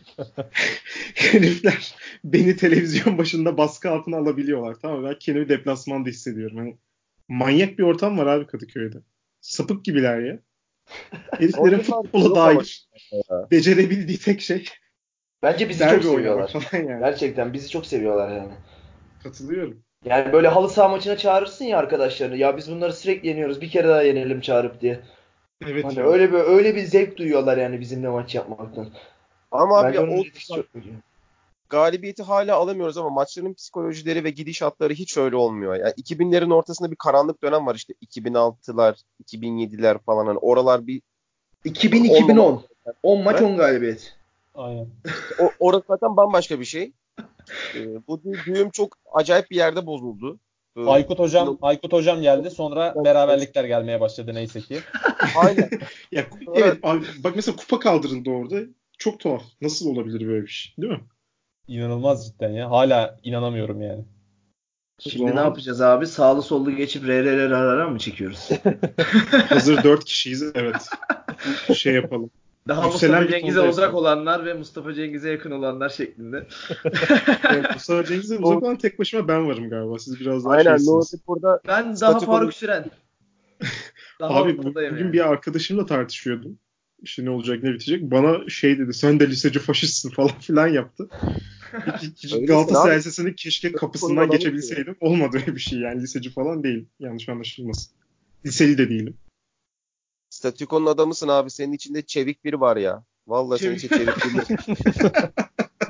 herifler beni televizyon başında baskı altına alabiliyorlar. Tamam mı? Ben kendimi deplasmanda hissediyorum. Hani manyak bir ortam var abi Kadıköy'de. Sapık gibiler ya. Son Heriflerin yıllarda futbola yok ama dair ya. becerebildiği tek şey bence bizi çok derbi oynamak seviyorlar. falan yani. Gerçekten bizi çok seviyorlar yani. Katılıyorum. Yani böyle halı saha maçına çağırırsın ya arkadaşlarını. Ya biz bunları sürekli yeniyoruz. Bir kere daha yenelim çağırıp diye. Evet Hani ya. öyle bir zevk duyuyorlar yani bizimle maç yapmaktan. Ama abi Bence ya, onun o etkisi çok büyük. galibiyeti hala alamıyoruz ama maçların psikolojileri ve gidişatları hiç öyle olmuyor. Yani 2000'lerin ortasında bir karanlık dönem var işte 2006'lar, 2007'ler falan, hani oralar bir 2000-2010. 10 maç 10 galibiyet. Aynen. Orası zaten bambaşka bir şey. Bu düğüm çok acayip bir yerde bozuldu. Aykut hocam geldi. Sonra beraberlikler gelmeye başladı neyse ki. Aynen. Ya Sonra evet abi, bak mesela kupa kaldırıldı orada. Çok tuhaf. Nasıl olabilir böyle bir şey, değil mi? İnanılmaz cidden ya. Hala inanamıyorum yani. O Şimdi ne zaman yapacağız abi? Sağlı sollu geçip RRR mı çekiyoruz? hazır 4 kişiyiz. Evet. Bir şey yapalım. Daha Yükselen Mustafa bir Cengiz'e tonda uzak yapalım. olanlar ve Mustafa Cengiz'e yakın olanlar şeklinde. Evet, Mustafa Cengiz'e uzak olan tek başıma ben varım galiba. Siz biraz daha aynen şeysiniz. burada Ben daha statükonun Faruk Süren. Daha Abi ortadayım bugün yani. bir arkadaşımla tartışıyordum. İşte ne olacak ne bitecek. Bana şey dedi, sen de liseci faşistsin falan filan yaptı. öylesin abi. Galatasaray Lisesi'nin keşke Statükonun kapısından adamısın ya. geçebilseydim. Olmadı öyle bir şey yani, liseci falan değil. Yanlış anlaşılmasın. Liseli de değilim. Statükonun adamısın abi. Senin içinde çevik biri var ya. Vallahi senin içinde çevik biri yok.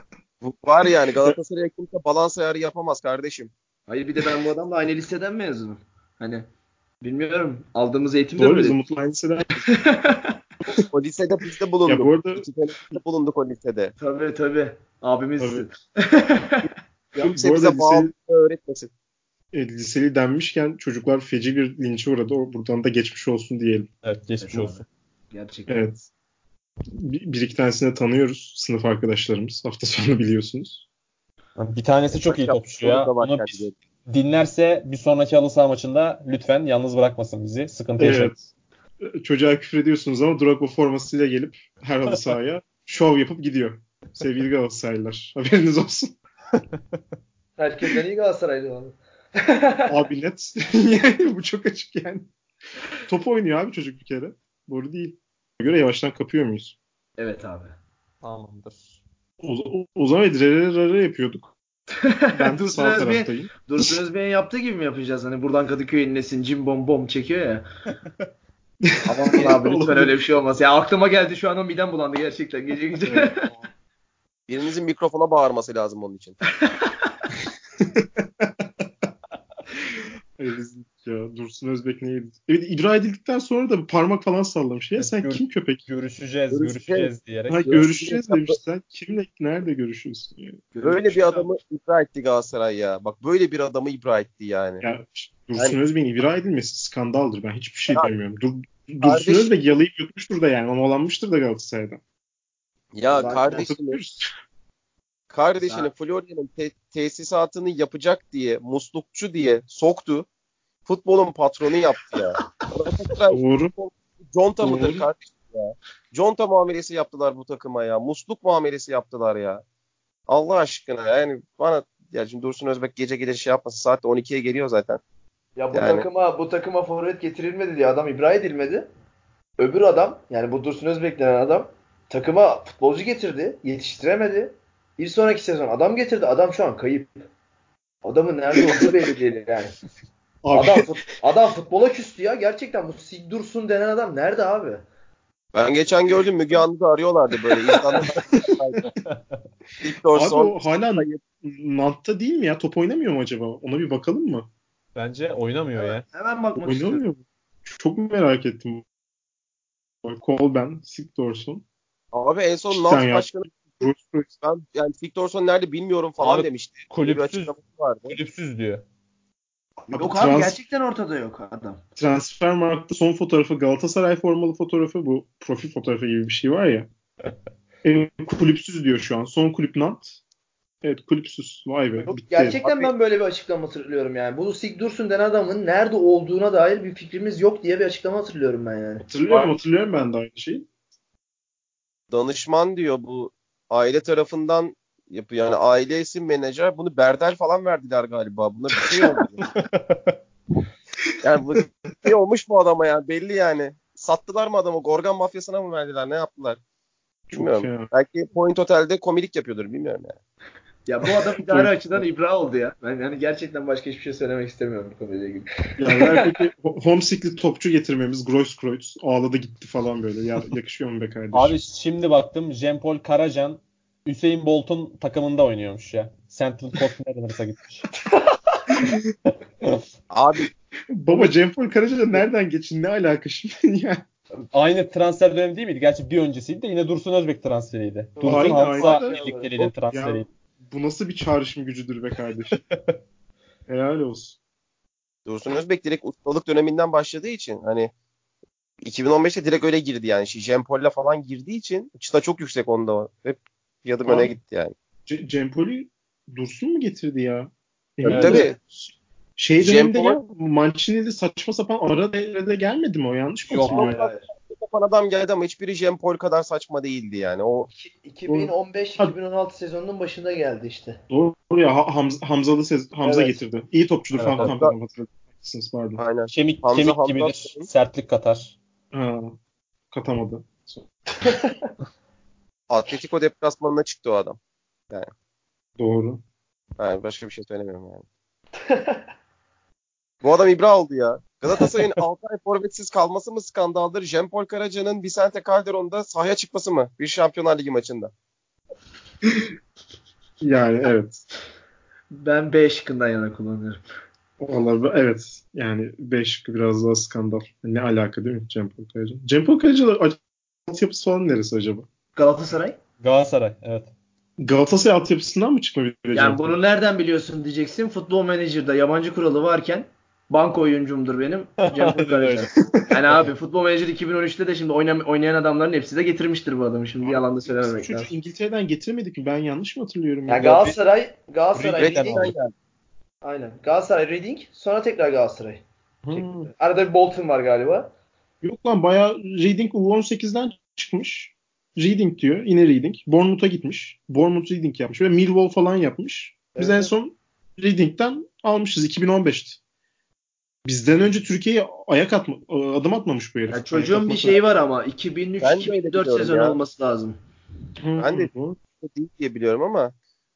Bu var yani Galatasaray'a kimse balans ayarı yapamaz kardeşim. Hayır bir de ben bu adamla aynı liseden mezunum. Hani bilmiyorum aldığımız eğitim de Doğru, böyle. biz Umut'la aynı liseden. O lisede biz de Ya bulunduk. bu arada 2 sene biz de bulunduk o lisede. Tabii. Abimizsin. Kimse bu arada bize bağlı öğretmesin. liseli denmişken çocuklar feci bir linçe uğradı. Buradan da geçmiş olsun diyelim. Evet, geçmiş Evet, olsun. Gerçekten. Evet. Bir iki tanesini tanıyoruz. Sınıf arkadaşlarımız. Hafta sonu biliyorsunuz. Bir tanesi çok iyi topçu ya. Onu dinlerse bir sonraki halı saha maçında lütfen yalnız bırakmasın bizi. Sıkıntı yaşarız. Evet. Çocuğa küfür ediyorsunuz ama Drogba formasıyla gelip her halı sahaya şov yapıp gidiyor. Sevgili Galatasaraylılar. Haberiniz olsun. Herkesten iyi Galatasaraylı abi. Abi net. Yani bu çok açık yani. Top oynuyor abi çocuk bir kere. Doğru değil. Göre yavaştan kapıyor muyuz? Evet abi. Tamamdır. O zaman rare yapıyorduk. Ben de sağ Dursun taraftayım. Özbey'in yaptığı gibi mi yapacağız? Hani buradan Kadıköy inlesin cim bom bom çekiyor ya. Aman abi lütfen öyle bir şey olmaz. Ya aklıma geldi şu an o midem bulandı gerçekten gece gece. Evet. Birinizin mikrofona bağırması lazım onun için. Ya Dursun Özbek neydi? Evet, iddia edildikten sonra da parmak falan sallamış. Ya sen kim köpek? Görüşeceğiz diyerek. Ha, görüşeceğiz demiş. Sen kimle nerede görüşüyorsun? Yani? Böyle bir adamı ibra etti Galatasaray ya. Bak böyle bir adamı ibra etti yani. Ya Dursun Özbek'in ibra edilmesi skandaldır. Ben hiçbir şey demiyorum. Dursun Kardeş- Özbek yalayıp yutmuştur da yani. Mamalanmıştır da Galatasaray'dan. Ya Zaten kardeşini Florya'nın tesisatını yapacak diye, muslukçu diye soktu. Futbolun patronu yaptı ya. Doğru. Conta mıdır Doğru. kardeşim ya? Conta muamelesi yaptılar bu takıma ya. Musluk muamelesi yaptılar ya. Allah aşkına yani bana ya şimdi Dursun Özbek gece gece şey yapmasın. Saat de 12'ye geliyor zaten. Ya Yani. bu takıma forvet getirilmedi diye adam ibra edilmedi. Öbür adam yani bu Dursun Özbek denen adam takıma futbolcu getirdi. Yetiştiremedi. Bir sonraki sezon adam getirdi. Adam şu an kayıp. Adamın nerede olduğu belli değil yani. Abi, Adam futbola küstü ya. Gerçekten bu Sigdursson denen adam nerede abi? Ben geçen gördüm Müge Anlı'da arıyorlardı böyle. abi o hala Nant'ta değil mi ya? Top oynamıyor mu acaba? Ona bir bakalım mı? Bence oynamıyor ya. Hemen bakmak istiyorum. Oynamıyor mu? Çok merak ettim. Colben, Sigthorsson. Abi en son Cidden Nant ya. başkanı ben yani Sigthorsson nerede bilmiyorum falan Abi, demişti. Bir açıklaması vardı. Kulüpsüz diyor. Yok abi gerçekten ortada yok adam. Transfermarkt'ta son fotoğrafı Galatasaray formalı fotoğrafı, bu profil fotoğrafı gibi bir şey var ya. Kulüpsüz diyor şu an. Son kulüp Nant. Evet, kulüpsüz. Vay be. Yok, Bitti. gerçekten Abi- ben böyle bir açıklama hatırlıyorum yani. Bu Sigdursson denen adamın nerede olduğuna dair bir fikrimiz yok diye bir açıklama hatırlıyorum ben yani. Hatırlıyorum ben de aynı şeyi. Danışman diyor bu aile tarafından yapıyor. Yani aile isim menajer bunu Berdel falan verdiler galiba. Buna bir şey oldu. Yani bu bir şey olmuş bu adama yani belli yani. Sattılar mı adamı? Gorgan mafyasına mı verdiler? Ne yaptılar? Çok Bilmiyorum. fena. Belki Point Otel'de komilik yapıyordur. Bilmiyorum yani. Ya bu adam idare açıdan ibra oldu ya. Ben yani gerçekten başka hiçbir şey söylemek istemiyorum bu konuyla ilgili. Ya ver peki homesickli topçu getirmemiz, Grosskreutz ağladı gitti falan böyle. Ya yakışıyor mu be kardeşim? Abi şimdi baktım Jean-Paul Karacan Usain Bolt'un takımında oynuyormuş ya. Central Coast Mariners'a gitmiş. Abi Baba Jean-Paul Karaca nereden geçin? Ne alaka şimdi ya? Aynı transfer dönemi değil miydi? Gerçi bir öncesiydi de yine Dursun Özbek transferiydi. Dursun Aynı, Hamza aynı. birlikteliğinin Ya transferiydi. bu nasıl bir çağrışım gücüdür be kardeşim? Helal olsun. Dursun Özbek direkt ustalık döneminden başladığı için hani 2015'te direkt öyle girdi yani. Jean-Paul'la falan girdiği için çıta çok yüksek onda. Hep bir adım öne gitti yani. Jean-Paul'ü Dursun mu getirdi ya? Tabii. Şey döneminde Jean-Paul- ya Mancini'de saçma sapan ara devrede gelmedi mi o? Yanlış mı Yok, hatırlıyorum? Hayır. Yapan adam geldi ama hiçbiri Jean-Paul kadar saçma değildi yani. O 2015-2016 sezonunun başında geldi işte. Doğru ya, Hamza Evet. getirdi. İyi topçudur Evet, falan. evet. Tamam, hatırladım. Haklısınız, pardon. aynen. Kemik Hamza gibidir. Sertlik katar. Ha, katamadı. Atletico deplasmanına çıktı o adam. Doğru. Yani başka bir şey söylemiyorum yani. Bu adam ibra oldu ya. Galatasaray'ın 6 ay forvetsiz kalması mı skandaldır? Jean-Paul Karaca'nın Vicente Calderon'da sahaya çıkması mı? Bir Şampiyonlar Ligi maçında. Yani evet. Ben B şıkkından yana kullanıyorum. Vallahi evet. Yani 5 biraz daha skandal. Ne alaka değil mi Cem Paul Kayacı? Cem Paul Kayacı'nın altyapısı falan neresi acaba? Galatasaray. Galatasaray evet. Galatasaray altyapısından mı çıkma bir de Cem Yani Paul? bunu nereden biliyorsun diyeceksin. Futbol Manager'da yabancı kuralı varken banko oyuncumdur benim. Cem Aynen Karaca. öyle. Yani abi Futbol Manager 2013'te de şimdi oynayan adamların hepsi de getirmiştir bu adamı. Şimdi yalan da Biz söylememek çocuğu lazım. İngiltere'den getirmedik mi? Ben yanlış mı hatırlıyorum Yani ya? Galatasaray Reading'den Reading. aldı. Aynen. Galatasaray Reading, sonra tekrar Galatasaray. Hmm. Arada bir Bolton var galiba. Yok lan bayağı Reading U18'den çıkmış. Reading diyor. Yine Reading. Bournemouth'a gitmiş. Bournemouth Reading yapmış ve Millwall falan yapmış. Biz Evet, en evet. son Reading'den almışız 2015'te. Bizden önce Türkiye'ye adım atmamış bu herif. Yani çocuğun bir şeyi var ama 2003-2004 Ben de öyle biliyorum sezonu ya. olması lazım. Ben de Bu değil diye biliyorum ama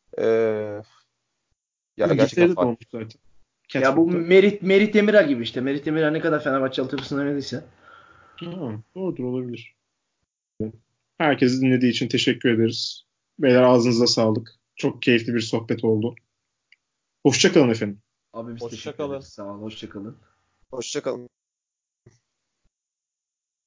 ya gerçekten İngiltere'de fark. doğmuş zaten. Ya bu Catford'da. Merih Demiral gibi işte. Merih Demiral ne kadar Fenerbahçe altyapısında oynadıysa. Doğrudur olabilir. Herkesi dinlediği için teşekkür ederiz. Beyler ağzınıza sağlık. Çok keyifli bir sohbet oldu. Hoşça kalın efendim. Abi biz Hoşça teşekkür kalın. ederiz. Sağ ol. Hoşça kalın. Hoşça kalın.